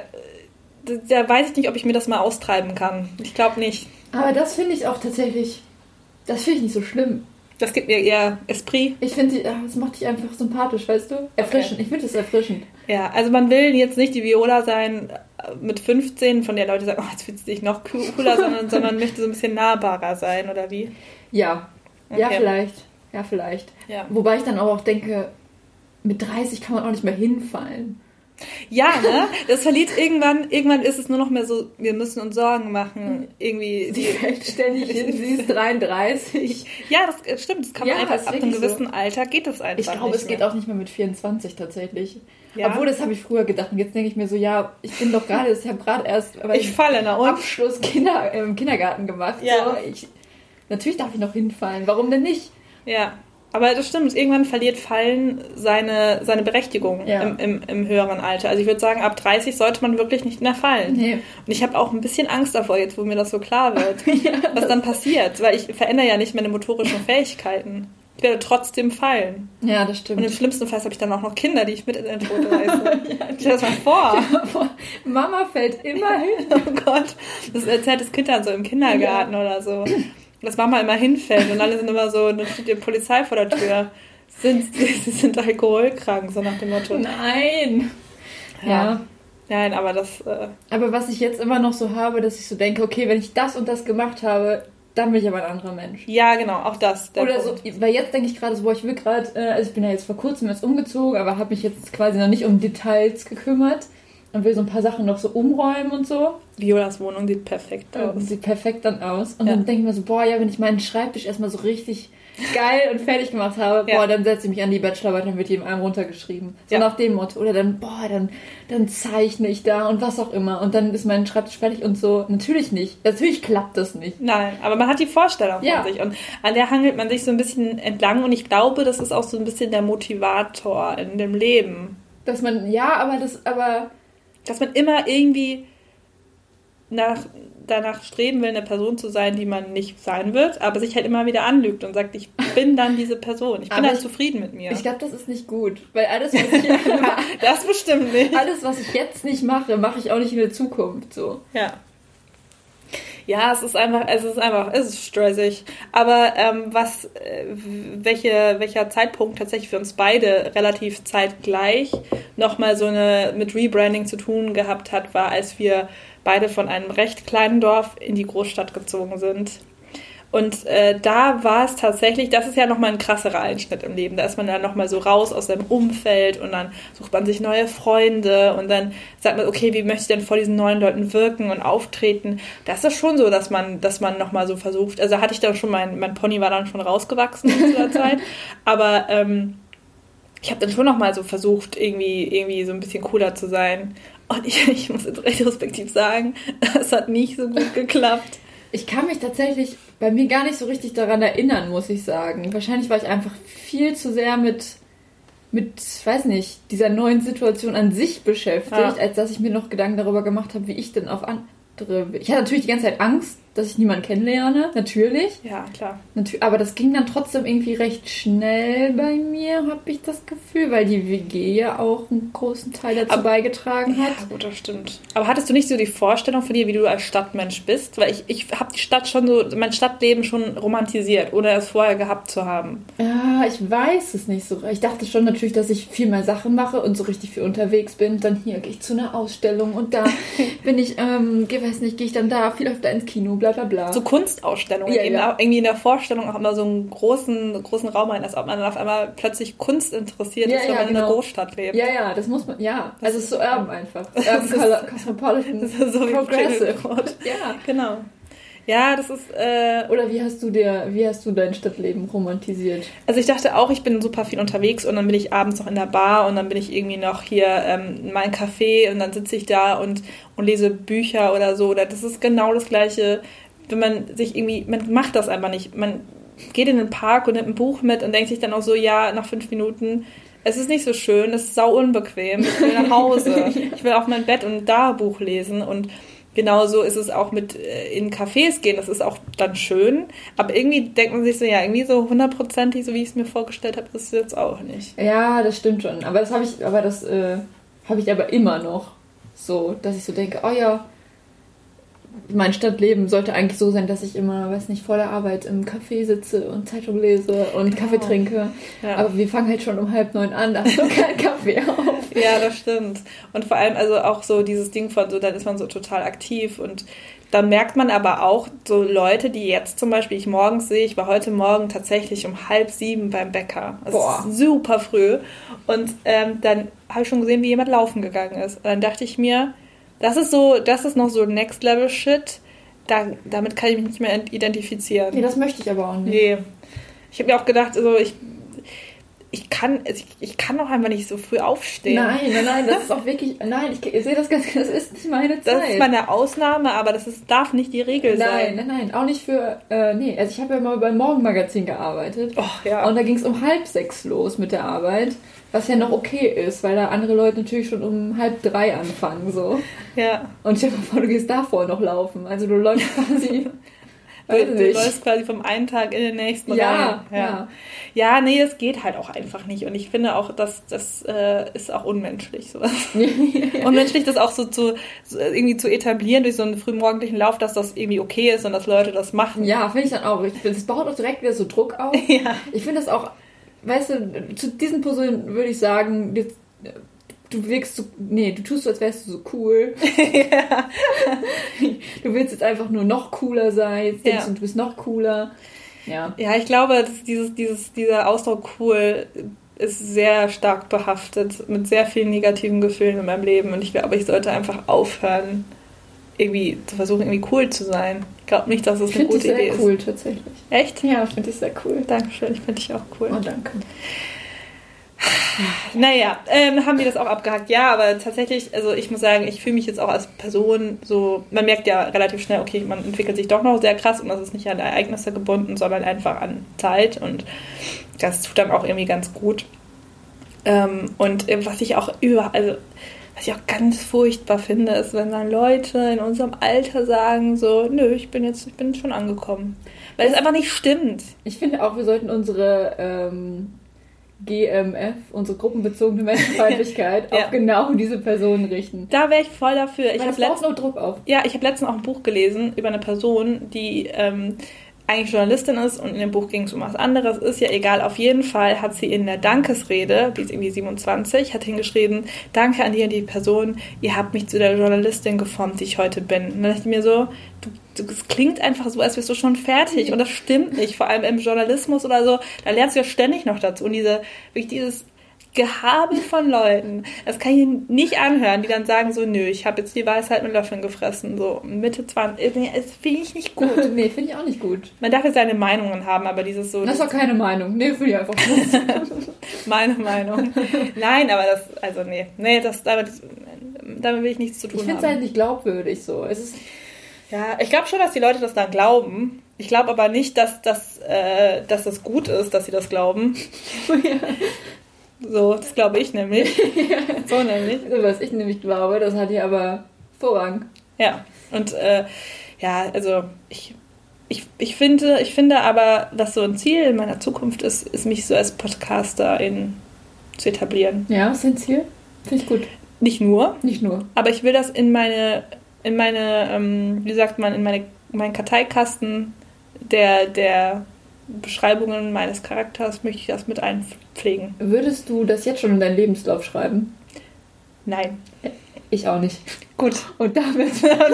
weiß ich nicht, ob ich mir das mal austreiben kann. Ich glaube nicht. Aber das finde ich auch tatsächlich, das finde ich nicht so schlimm. Das gibt mir eher Esprit. Ich finde, das macht dich einfach sympathisch, weißt du? Erfrischend. Okay. Ich finde das erfrischend. Ja, also man will jetzt nicht die Viola sein mit 15, von der Leute sagen, oh, jetzt fühlst du dich noch cooler, sondern man möchte so ein bisschen nahbarer sein, oder wie? Ja. Okay. Ja, vielleicht. Ja. Wobei ich dann auch denke, mit 30 kann man auch nicht mehr hinfallen. Ja, ne? Das verliert irgendwann ist es nur noch mehr so, wir müssen uns Sorgen machen. Irgendwie. Sie fällt ständig hin, sie ist 33. Ja, das stimmt. Das kann man einfach ab einem gewissen Alter geht das einfach. Ich glaube, es geht auch nicht mehr mit 24 tatsächlich. Ja. Obwohl, das habe ich früher gedacht. Und jetzt denke ich mir so, ja, ich bin doch gerade, ich habe gerade erst Abschluss im Kindergarten gemacht. Ja. So, natürlich darf ich noch hinfallen. Warum denn nicht? Ja. Aber das stimmt, irgendwann verliert Fallen seine Berechtigung im höheren Alter. Also ich würde sagen, ab 30 sollte man wirklich nicht mehr fallen. Nee. Und ich habe auch ein bisschen Angst davor, jetzt wo mir das so klar wird, was dann passiert. Weil ich verändere ja nicht meine motorischen Fähigkeiten. Ich werde trotzdem fallen. Ja, das stimmt. Und im schlimmsten Fall habe ich dann auch noch Kinder, die ich mit in den Tod reiße. Stell das mal vor. Mama fällt immer hin. Oh Gott. Das erzählt das Kind dann so im Kindergarten oder so. Dass Mama immer hinfällt und alle sind immer so, dann steht die Polizei vor der Tür. Sie sind alkoholkrank, so nach dem Motto. Nein. Ja. Nein, aber das... Aber was ich jetzt immer noch so habe, dass ich so denke, okay, wenn ich das und das gemacht habe, dann bin ich aber ein anderer Mensch. Ja, genau, auch das. Oder Punkt. So, weil jetzt denke ich gerade so, ich will gerade, also ich bin ja jetzt vor kurzem erst umgezogen, aber habe mich jetzt quasi noch nicht um Details gekümmert. Und will so ein paar Sachen noch so umräumen und so. Violas Wohnung sieht perfekt aus. Sieht perfekt dann aus. Und dann denke ich mir so, boah, ja, wenn ich meinen Schreibtisch erstmal so richtig geil und fertig gemacht habe, boah, dann setze ich mich an die Bachelorarbeit, dann wird die in einem runtergeschrieben. So nach dem Motto. Oder dann, boah, dann zeichne ich da und was auch immer. Und dann ist mein Schreibtisch fertig und so. Natürlich nicht. Natürlich klappt das nicht. Nein, aber man hat die Vorstellung von sich. Und an der hangelt man sich so ein bisschen entlang. Und ich glaube, das ist auch so ein bisschen der Motivator in dem Leben. Dass man, dass man immer irgendwie danach streben will, eine Person zu sein, die man nicht sein wird, aber sich halt immer wieder anlügt und sagt, ich bin dann diese Person. Ich bin dann zufrieden mit mir. Ich glaube, das ist nicht gut. Weil alles, was ich das bestimmt nicht. Alles, was ich jetzt nicht mache, mache ich auch nicht in der Zukunft. So. Ja. Ja, es ist stressig. Aber welcher Zeitpunkt tatsächlich für uns beide relativ zeitgleich nochmal so mit Rebranding zu tun gehabt hat, war, als wir beide von einem recht kleinen Dorf in die Großstadt gezogen sind. Und da war es tatsächlich, das ist ja nochmal ein krasserer Einschnitt im Leben. Da ist man dann nochmal so raus aus seinem Umfeld und dann sucht man sich neue Freunde und dann sagt man, okay, wie möchte ich denn vor diesen neuen Leuten wirken und auftreten? Das ist schon so, dass man nochmal so versucht. Also hatte ich dann schon, mein Pony war dann schon rausgewachsen zu der Zeit, aber ich habe dann schon nochmal so versucht, irgendwie so ein bisschen cooler zu sein. Und ich muss jetzt retrospektiv sagen, es hat nicht so gut geklappt. Ich kann mich tatsächlich bei mir gar nicht so richtig daran erinnern, muss ich sagen. Wahrscheinlich war ich einfach viel zu sehr mit weiß nicht, dieser neuen Situation an sich beschäftigt, als dass ich mir noch Gedanken darüber gemacht habe, wie ich denn auf andere... Ich hatte natürlich die ganze Zeit Angst, dass ich niemanden kennenlerne, natürlich. Ja, klar. Aber das ging dann trotzdem irgendwie recht schnell bei mir, habe ich das Gefühl, weil die WG ja auch einen großen Teil dazu beigetragen hat. Ja, gut, das stimmt. Aber hattest du nicht so die Vorstellung von dir, wie du als Stadtmensch bist? Weil ich habe die Stadt schon so, mein Stadtleben schon romantisiert, ohne es vorher gehabt zu haben. Ja, ich weiß es nicht so. Ich dachte schon natürlich, dass ich viel mehr Sachen mache und so richtig viel unterwegs bin. Dann hier gehe ich zu einer Ausstellung und da bin ich, gehe ich dann da viel öfter ins Kino, bla bla bla. So Kunstausstellungen, irgendwie in der Vorstellung auch immer so einen großen Raum rein, als ob man dann auf einmal plötzlich Kunst interessiert ist, wenn man in einer Großstadt lebt. Ja, das muss man, also es ist so urban einfach. Urban Cosmopolitan, so progressive. Ja, genau. Ja, das ist... Oder wie hast du dein Stadtleben romantisiert? Also ich dachte auch, ich bin super viel unterwegs und dann bin ich abends noch in der Bar und dann bin ich irgendwie noch hier in meinem Café und dann sitze ich da und lese Bücher oder so. Oder das ist genau das Gleiche, wenn man macht das einfach nicht. Man geht in den Park und nimmt ein Buch mit und denkt sich dann auch so, ja, nach 5 Minuten... Es ist nicht so schön, es ist sau unbequem, ich will nach Hause, ich will auf mein Bett und da Buch lesen und genauso ist es auch mit in Cafés gehen, das ist auch dann schön, aber irgendwie denkt man sich so, ja, irgendwie so 100%ig, so wie ich es mir vorgestellt habe, ist es jetzt auch nicht. Ja, das stimmt schon, aber das habe ich aber immer noch so, dass ich so denke, oh ja, mein Stadtleben sollte eigentlich so sein, dass ich immer, vor der Arbeit im Café sitze und Zeitung lese und Kaffee trinke. Ja. Aber wir fangen halt schon um 8:30 an, da hast du keinen Kaffee auf. Ja, das stimmt. Und vor allem also auch so dieses Ding von so, dann ist man so total aktiv und dann merkt man aber auch so Leute, die jetzt zum Beispiel ich morgens sehe, ich war heute Morgen tatsächlich um 6:30 beim Bäcker. Das ist super früh. Und dann habe ich schon gesehen, wie jemand laufen gegangen ist. Und dann dachte ich mir, das ist noch so Next-Level-Shit. Damit kann ich mich nicht mehr identifizieren. Nee, das möchte ich aber auch nicht. Nee. Ich habe mir auch gedacht, also ich kann auch einfach nicht so früh aufstehen. Nein, das ist auch wirklich, ich sehe das ganz, das ist nicht meine Zeit. Das ist mal eine Ausnahme, aber darf nicht die Regel sein. Nein, auch nicht für, also ich habe ja mal beim Morgenmagazin gearbeitet. Oh, ja. Und da ging es um 5:30 los mit der Arbeit, was ja noch okay ist, weil da andere Leute natürlich schon um 2:30 anfangen, so. Ja. Und stell dir mal vor, du gehst davor noch laufen, also du läufst quasi... Du läufst quasi vom einen Tag in den nächsten rein. Ja, nee, das geht halt auch einfach nicht. Und ich finde auch, das ist auch unmenschlich. Sowas. Unmenschlich, das auch so irgendwie zu etablieren durch so einen frühmorgendlichen Lauf, dass das irgendwie okay ist und dass Leute das machen. Ja, finde ich dann auch. Das baut auch direkt wieder so Druck auf. Ja. Ich finde das auch, weißt du, zu diesen Personen würde ich sagen, du wirkst so, du tust so, als wärst du so cool. Ja. Du willst jetzt einfach nur noch cooler sein. Jetzt denkst du, du bist noch cooler. Ja. Ja, ich glaube, dass dieser Ausdruck cool ist sehr stark behaftet mit sehr vielen negativen Gefühlen in meinem Leben. Und ich glaube, ich sollte einfach aufhören, irgendwie zu versuchen, irgendwie cool zu sein. Ich glaube nicht, dass es eine gute Idee ist. Ich finde dich sehr cool, tatsächlich. Echt? Ja, ich finde dich sehr cool. Dankeschön, ich finde dich auch cool. Oh, danke. Naja, haben wir das auch abgehakt. Ja, aber tatsächlich, also ich muss sagen, ich fühle mich jetzt auch als Person so, man merkt ja relativ schnell, okay, man entwickelt sich doch noch sehr krass und das ist nicht an Ereignisse gebunden, sondern einfach an Zeit und das tut dann auch irgendwie ganz gut. Und was ich auch ganz furchtbar finde, ist, wenn dann Leute in unserem Alter sagen so, nö, ich bin schon angekommen. Weil es einfach nicht stimmt. Ich finde auch, wir sollten unsere GMF, unsere gruppenbezogene Menschenfeindlichkeit, auf genau diese Personen richten. Da wäre ich voll dafür. Ich habe letztens noch Druck auf. Ja, ich habe letztens auch ein Buch gelesen über eine Person, die eigentlich Journalistin ist und in dem Buch ging es um was anderes. Ist ja egal, auf jeden Fall hat sie in der Dankesrede, die ist irgendwie 27, hat hingeschrieben, danke an die und die Person, ihr habt mich zu der Journalistin geformt, die ich heute bin. Und dann dachte ich mir so, es klingt einfach so, als wärst du schon fertig und das stimmt nicht. Vor allem im Journalismus oder so, da lernst du ja ständig noch dazu. Und dieses Gehabe von Leuten, das kann ich nicht anhören, die dann sagen so, nö, ich habe jetzt die Weisheit mit Löffeln gefressen, so Mitte 20, das finde ich nicht gut. Nee, finde ich auch nicht gut. Man darf jetzt seine Meinungen haben, aber dieses so... Das ist doch keine Meinung, nee, finde ich einfach gut. Meine Meinung. Nein, aber damit will ich nichts zu tun haben. Ich finde es halt nicht glaubwürdig so. Es ist... Ja, ich glaube schon, dass die Leute das dann glauben. Ich glaube aber nicht, dass das gut ist, dass sie das glauben. Ja. So, das glaube ich nämlich. Ja. So nämlich. Was ich nämlich glaube, das hat hier aber Vorrang. Ja, und also ich finde aber, dass so ein Ziel meiner Zukunft ist mich so als Podcasterin zu etablieren. Ja, was ist dein Ziel? Finde ich gut. Nicht nur. Aber ich will das in meine wie sagt man, in meinen Karteikasten der Beschreibungen meines Charakters möchte ich das mit einpflegen. Würdest du das jetzt schon in deinen Lebenslauf schreiben? Nein. Ich auch nicht. Gut. Und damit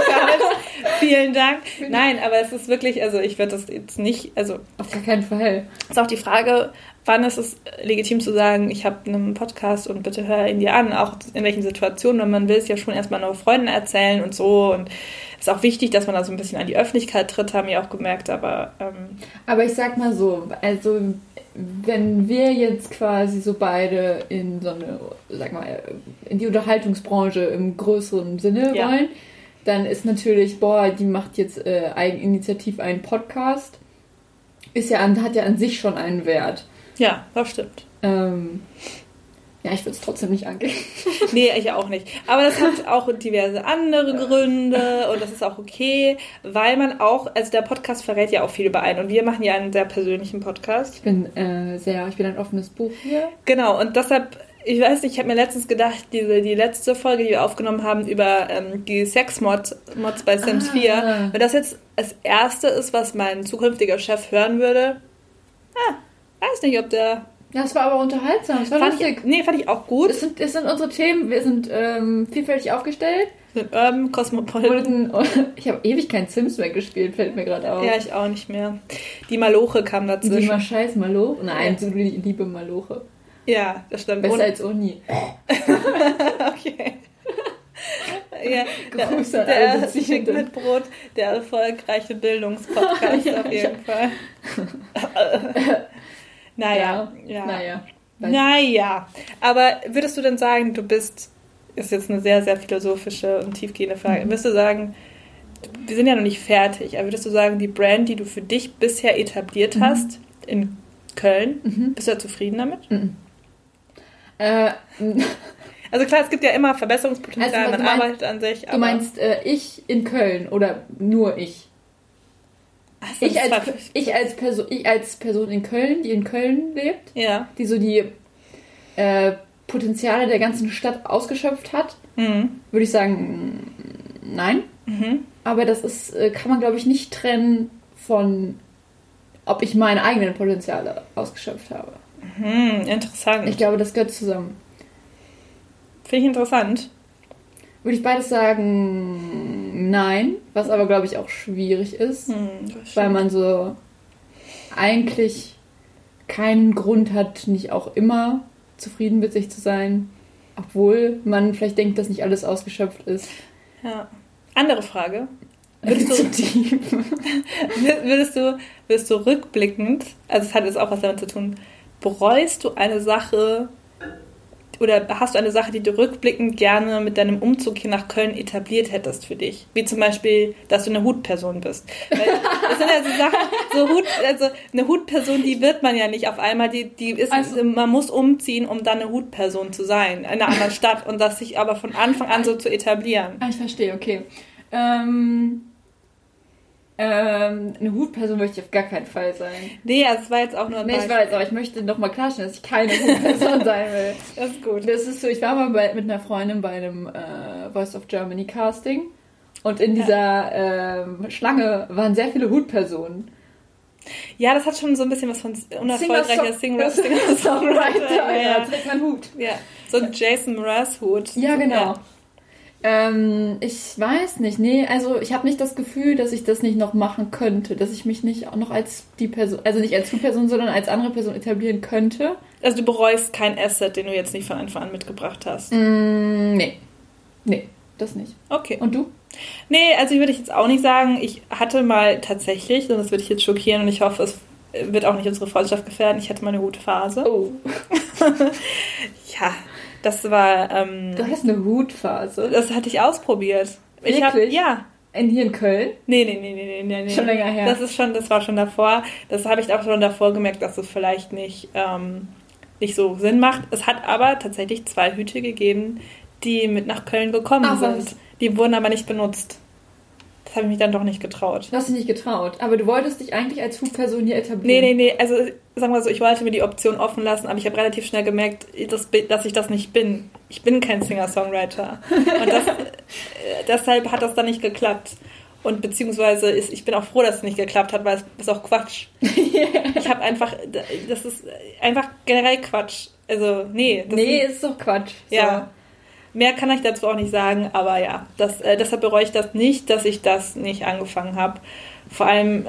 vielen Dank. Nein, aber es ist wirklich, also ich würde das jetzt nicht, also... Auf gar keinen Fall. Ist auch die Frage, wann ist es legitim zu sagen, ich habe einen Podcast und bitte hör ihn dir an, auch in welchen Situationen, weil man will es ja schon erstmal nur Freunden erzählen und so und es ist auch wichtig, dass man da so ein bisschen an die Öffentlichkeit tritt, haben wir auch gemerkt, aber... Aber ich sag mal so, also wenn wir jetzt quasi so beide in so eine, sag mal, in die Unterhaltungsbranche im größeren Sinne wollen, dann ist natürlich, die macht jetzt eigeninitiativ einen Podcast, hat ja an sich schon einen Wert. Ja, das stimmt. Ja, ich würde es trotzdem nicht angehen. Nee, ich auch nicht. Aber das hat auch diverse andere Gründe und das ist auch okay, weil man auch, also der Podcast verrät ja auch viel über einen und wir machen ja einen sehr persönlichen Podcast. Ich bin ein offenes Buch hier. Genau, und deshalb, ich weiß nicht, ich habe mir letztens gedacht, die letzte Folge, die wir aufgenommen haben über die Sex-Mods bei Sims 4, wenn das jetzt das Erste ist, was mein zukünftiger Chef hören würde, weiß nicht, ob der... Ja, das war aber unterhaltsam. Das war lustig. Fand ich auch gut. Es sind unsere Themen. Wir sind vielfältig aufgestellt. Wir sind Urban, Cosmopolitan. Ich habe ewig kein Sims mehr gespielt, fällt mir gerade auf. Ja, ich auch nicht mehr. Die Maloche kam dazwischen. Die scheiß Maloche? Nein, so liebe Maloche. Ja, das stimmt. Besser als Uni. Okay. Ja, Grüße der Chicken mit Brot, der erfolgreiche Bildungspodcast auf jeden Fall. Naja. Naja, aber würdest du denn sagen, du bist, ist jetzt eine sehr, sehr philosophische und tiefgehende Frage, würdest du sagen, wir sind ja noch nicht fertig, aber würdest du sagen, die Brand, die du für dich bisher etabliert hast in Köln, bist du da zufrieden damit? Also klar, es gibt ja immer Verbesserungspotenzial, man arbeitet an sich. Aber du meinst ich in Köln oder nur ich? Also ich als Person in Köln, die in Köln lebt, die so die Potenziale der ganzen Stadt ausgeschöpft hat, würde ich sagen, nein. Aber das ist, kann man, glaube ich, nicht trennen von, ob ich meine eigenen Potenziale ausgeschöpft habe. Interessant. Ich glaube, das gehört zusammen. Finde ich interessant. Würde ich beides sagen, nein, was aber, glaube ich, auch schwierig ist, weil man so eigentlich keinen Grund hat, nicht auch immer zufrieden mit sich zu sein, obwohl man vielleicht denkt, dass nicht alles ausgeschöpft ist. Ja. Andere Frage. Würdest du rückblickend, also es hat jetzt auch was damit zu tun, bereust du eine Sache oder hast du eine Sache, die du rückblickend gerne mit deinem Umzug hier nach Köln etabliert hättest für dich? Wie zum Beispiel, dass du eine Hutperson bist. Weil das sind ja so Sachen, also eine Hutperson, die wird man ja nicht auf einmal, die ist, also, man muss umziehen, um dann eine Hutperson zu sein, in einer anderen Stadt und das sich aber von Anfang an so zu etablieren. Ich verstehe, okay. Eine Hutperson möchte ich auf gar keinen Fall sein. Nee, also es war jetzt auch nur ein Beispiel. Ich weiß, aber ich möchte noch mal klarstellen, dass ich keine Hutperson sein will. Das ist gut. Das ist so, ich war mal mit einer Freundin bei einem Voice of Germany Casting und in dieser Schlange waren sehr viele Hutpersonen. Ja, das hat schon so ein bisschen was von unerfolgreicher Singer-Songwriter. Ja, trägt man Hut. Ja, so ein Jason Mraz-Hut. Ja, genau. Ja. Ich weiß nicht, nee, also ich habe nicht das Gefühl, dass ich das nicht noch machen könnte, dass ich mich nicht auch noch als die Person, also nicht als Person, sondern als andere Person etablieren könnte. Also du bereust kein Asset, den du jetzt nicht von Anfang an mitgebracht hast? Nee, das nicht. Okay. Und du? Nee, also würde ich jetzt auch nicht sagen, ich hatte mal tatsächlich, und das würde ich jetzt schockieren und ich hoffe, es wird auch nicht unsere Freundschaft gefährden, ich hatte mal eine Hutphase. Oh. Ja. Das war... du hast eine Hutphase? Das hatte ich ausprobiert. Wirklich? Ja. Hier in Köln? Nee. Schon länger her? Das war schon davor. Das habe ich auch schon davor gemerkt, dass es vielleicht nicht so Sinn macht. Es hat aber tatsächlich 2 Hüte gegeben, die mit nach Köln gekommen sind. Was? Die wurden aber nicht benutzt. Das habe ich mich dann doch nicht getraut. Du hast dich nicht getraut, aber du wolltest dich eigentlich als Hutperson hier etablieren. Nee, also sagen wir so, ich wollte mir die Option offen lassen, aber ich habe relativ schnell gemerkt, dass ich das nicht bin. Ich bin kein Singer-Songwriter. Und deshalb hat das dann nicht geklappt. Und beziehungsweise ich bin auch froh, dass es nicht geklappt hat, weil es ist auch Quatsch. Ich habe einfach, das ist einfach generell Quatsch. Also, ist doch Quatsch. So. Ja. Mehr kann ich dazu auch nicht sagen, aber ja, deshalb bereue ich das nicht, dass ich das nicht angefangen habe. Vor allem,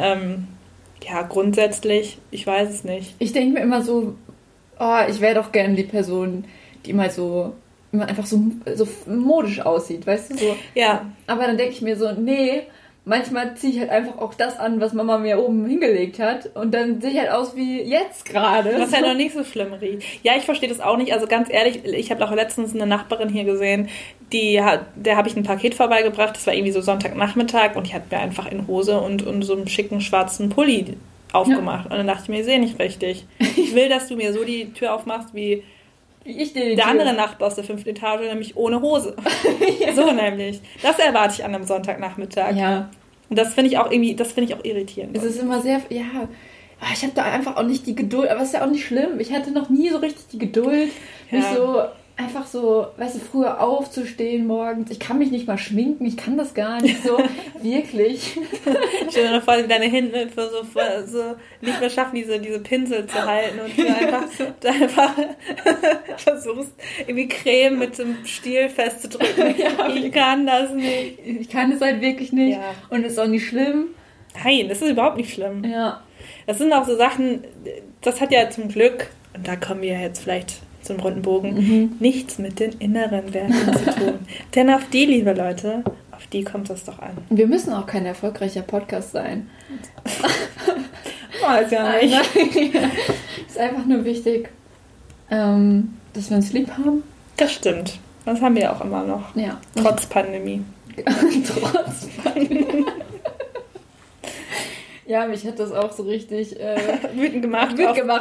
grundsätzlich, ich weiß es nicht. Ich denke mir immer so, ich wäre doch gerne die Person, die immer einfach so modisch aussieht, weißt du? So. Ja. Aber dann denke ich mir so, nee, manchmal ziehe ich halt einfach auch das an, was Mama mir oben hingelegt hat und dann sehe ich halt aus wie jetzt gerade. Was halt noch nicht so schlimm riecht. Ja, ich verstehe das auch nicht. Also ganz ehrlich, ich habe auch letztens eine Nachbarin hier gesehen, der habe ich ein Paket vorbeigebracht. Das war irgendwie so Sonntagnachmittag und die hat mir einfach in Hose und so einem schicken schwarzen Pulli aufgemacht. Ja. Und dann dachte ich mir, ich sehe nicht richtig. Ich will, dass du mir so die Tür aufmachst, wie ich dir der andere Nachbar aus der 5. Etage, nämlich ohne Hose. Ja. So nämlich. Das erwarte ich an einem Sonntagnachmittag. Ja. Und das finde ich auch irritierend. Es ist immer sehr, ich habe da einfach auch nicht die Geduld, aber es ist ja auch nicht schlimm. Ich hatte noch nie so richtig die Geduld, mich so einfach so, weißt du, früher aufzustehen morgens. Ich kann mich nicht mal schminken, ich kann das gar nicht so, wirklich. Stell dir vor, deine Hände so nicht mehr schaffen, diese Pinsel zu halten und du einfach versuchst, irgendwie Creme mit dem Stiel festzudrücken. Ja, ich kann das nicht. Ich kann es halt wirklich nicht. Ja. Und es ist auch nicht schlimm. Nein, das ist überhaupt nicht schlimm. Ja. Das sind auch so Sachen, das hat ja zum Glück, und da kommen wir jetzt vielleicht zum runden Bogen, nichts mit den inneren Werten zu tun. Denn auf die, liebe Leute, auf die kommt es doch an. Wir müssen auch kein erfolgreicher Podcast sein. Weiß ja nicht. Ist einfach nur wichtig, dass wir uns lieb haben. Das stimmt. Das haben wir auch immer noch. Ja. Trotz Pandemie. Trotz Pandemie. Ja, mich hat das auch so richtig wütend gemacht.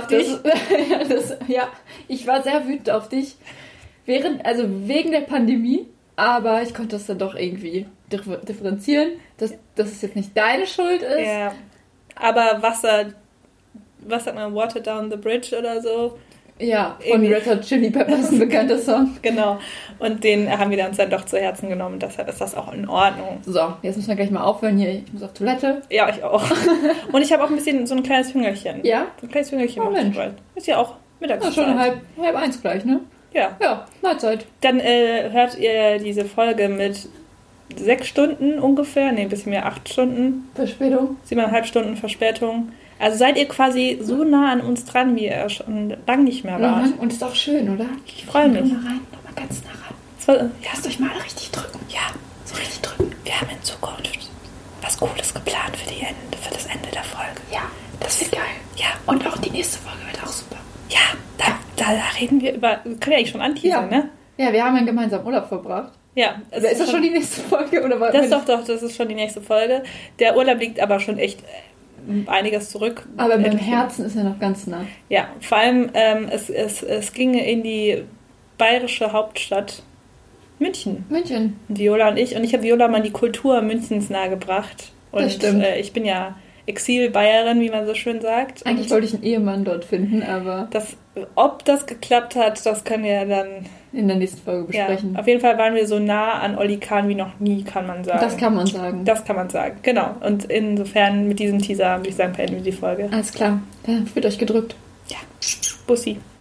Ja, ich war sehr wütend auf dich. Wegen der Pandemie, aber ich konnte das dann doch irgendwie differenzieren, dass es jetzt nicht deine Schuld ist. Ja. Aber was sagt man, Water Down the Bridge oder so? Ja, von Red Hot Chili Peppers, ein bekannter Song. Genau. Und den haben wir uns dann doch zu Herzen genommen. Deshalb ist das auch in Ordnung. So, jetzt müssen wir gleich mal aufhören hier. Ich muss auf Toilette. Ja, ich auch. Und ich habe auch ein bisschen so ein kleines Hüngerchen. Ja? So ein kleines Hüngerchen. Oh, Mensch. Ist ja auch Mittagszeit. Ja, schon halb eins gleich, ne? Ja. Ja, Mahlzeit. Dann hört ihr diese Folge mit 6 Stunden ungefähr. Ne, ein bisschen mehr, 8 Stunden. Verspätung. 7,5 Stunden Verspätung. Also seid ihr quasi so nah an uns dran, wie ihr schon lange nicht mehr wart. Und ist auch schön, oder? Ich freue mich. Nochmal ganz nah ran. Lasst euch mal richtig drücken. Ja, so richtig drücken. Wir haben in Zukunft was Cooles geplant für das Ende der Folge. Ja, das wird geil. Ja. Und auch die nächste Folge wird auch super. Ja, da reden wir über... Wir können ja eigentlich schon anteasern, ne? Ja, wir haben einen gemeinsamen Urlaub verbracht. Ja. Ist das schon die nächste Folge? Oder war das ist schon die nächste Folge. Der Urlaub liegt aber schon echt einiges zurück. Aber beim Herzen ist er noch ganz nah. Ja, vor allem es ging in die bayerische Hauptstadt München. Viola und ich. Und ich habe Viola mal die Kultur Münchens nahegebracht. Und das stimmt. Ich bin ja Exil-Bayerin, wie man so schön sagt. Eigentlich wollte ich einen Ehemann dort finden, aber... Ob das geklappt hat, das können wir dann... in der nächsten Folge besprechen. Ja, auf jeden Fall waren wir so nah an Olli Kahn wie noch nie, kann man sagen. Das kann man sagen. Das kann man sagen, genau. Und insofern mit diesem Teaser, würde ich sagen, beenden wir die Folge. Alles klar. Dann fühlt euch gedrückt. Ja. Bussi.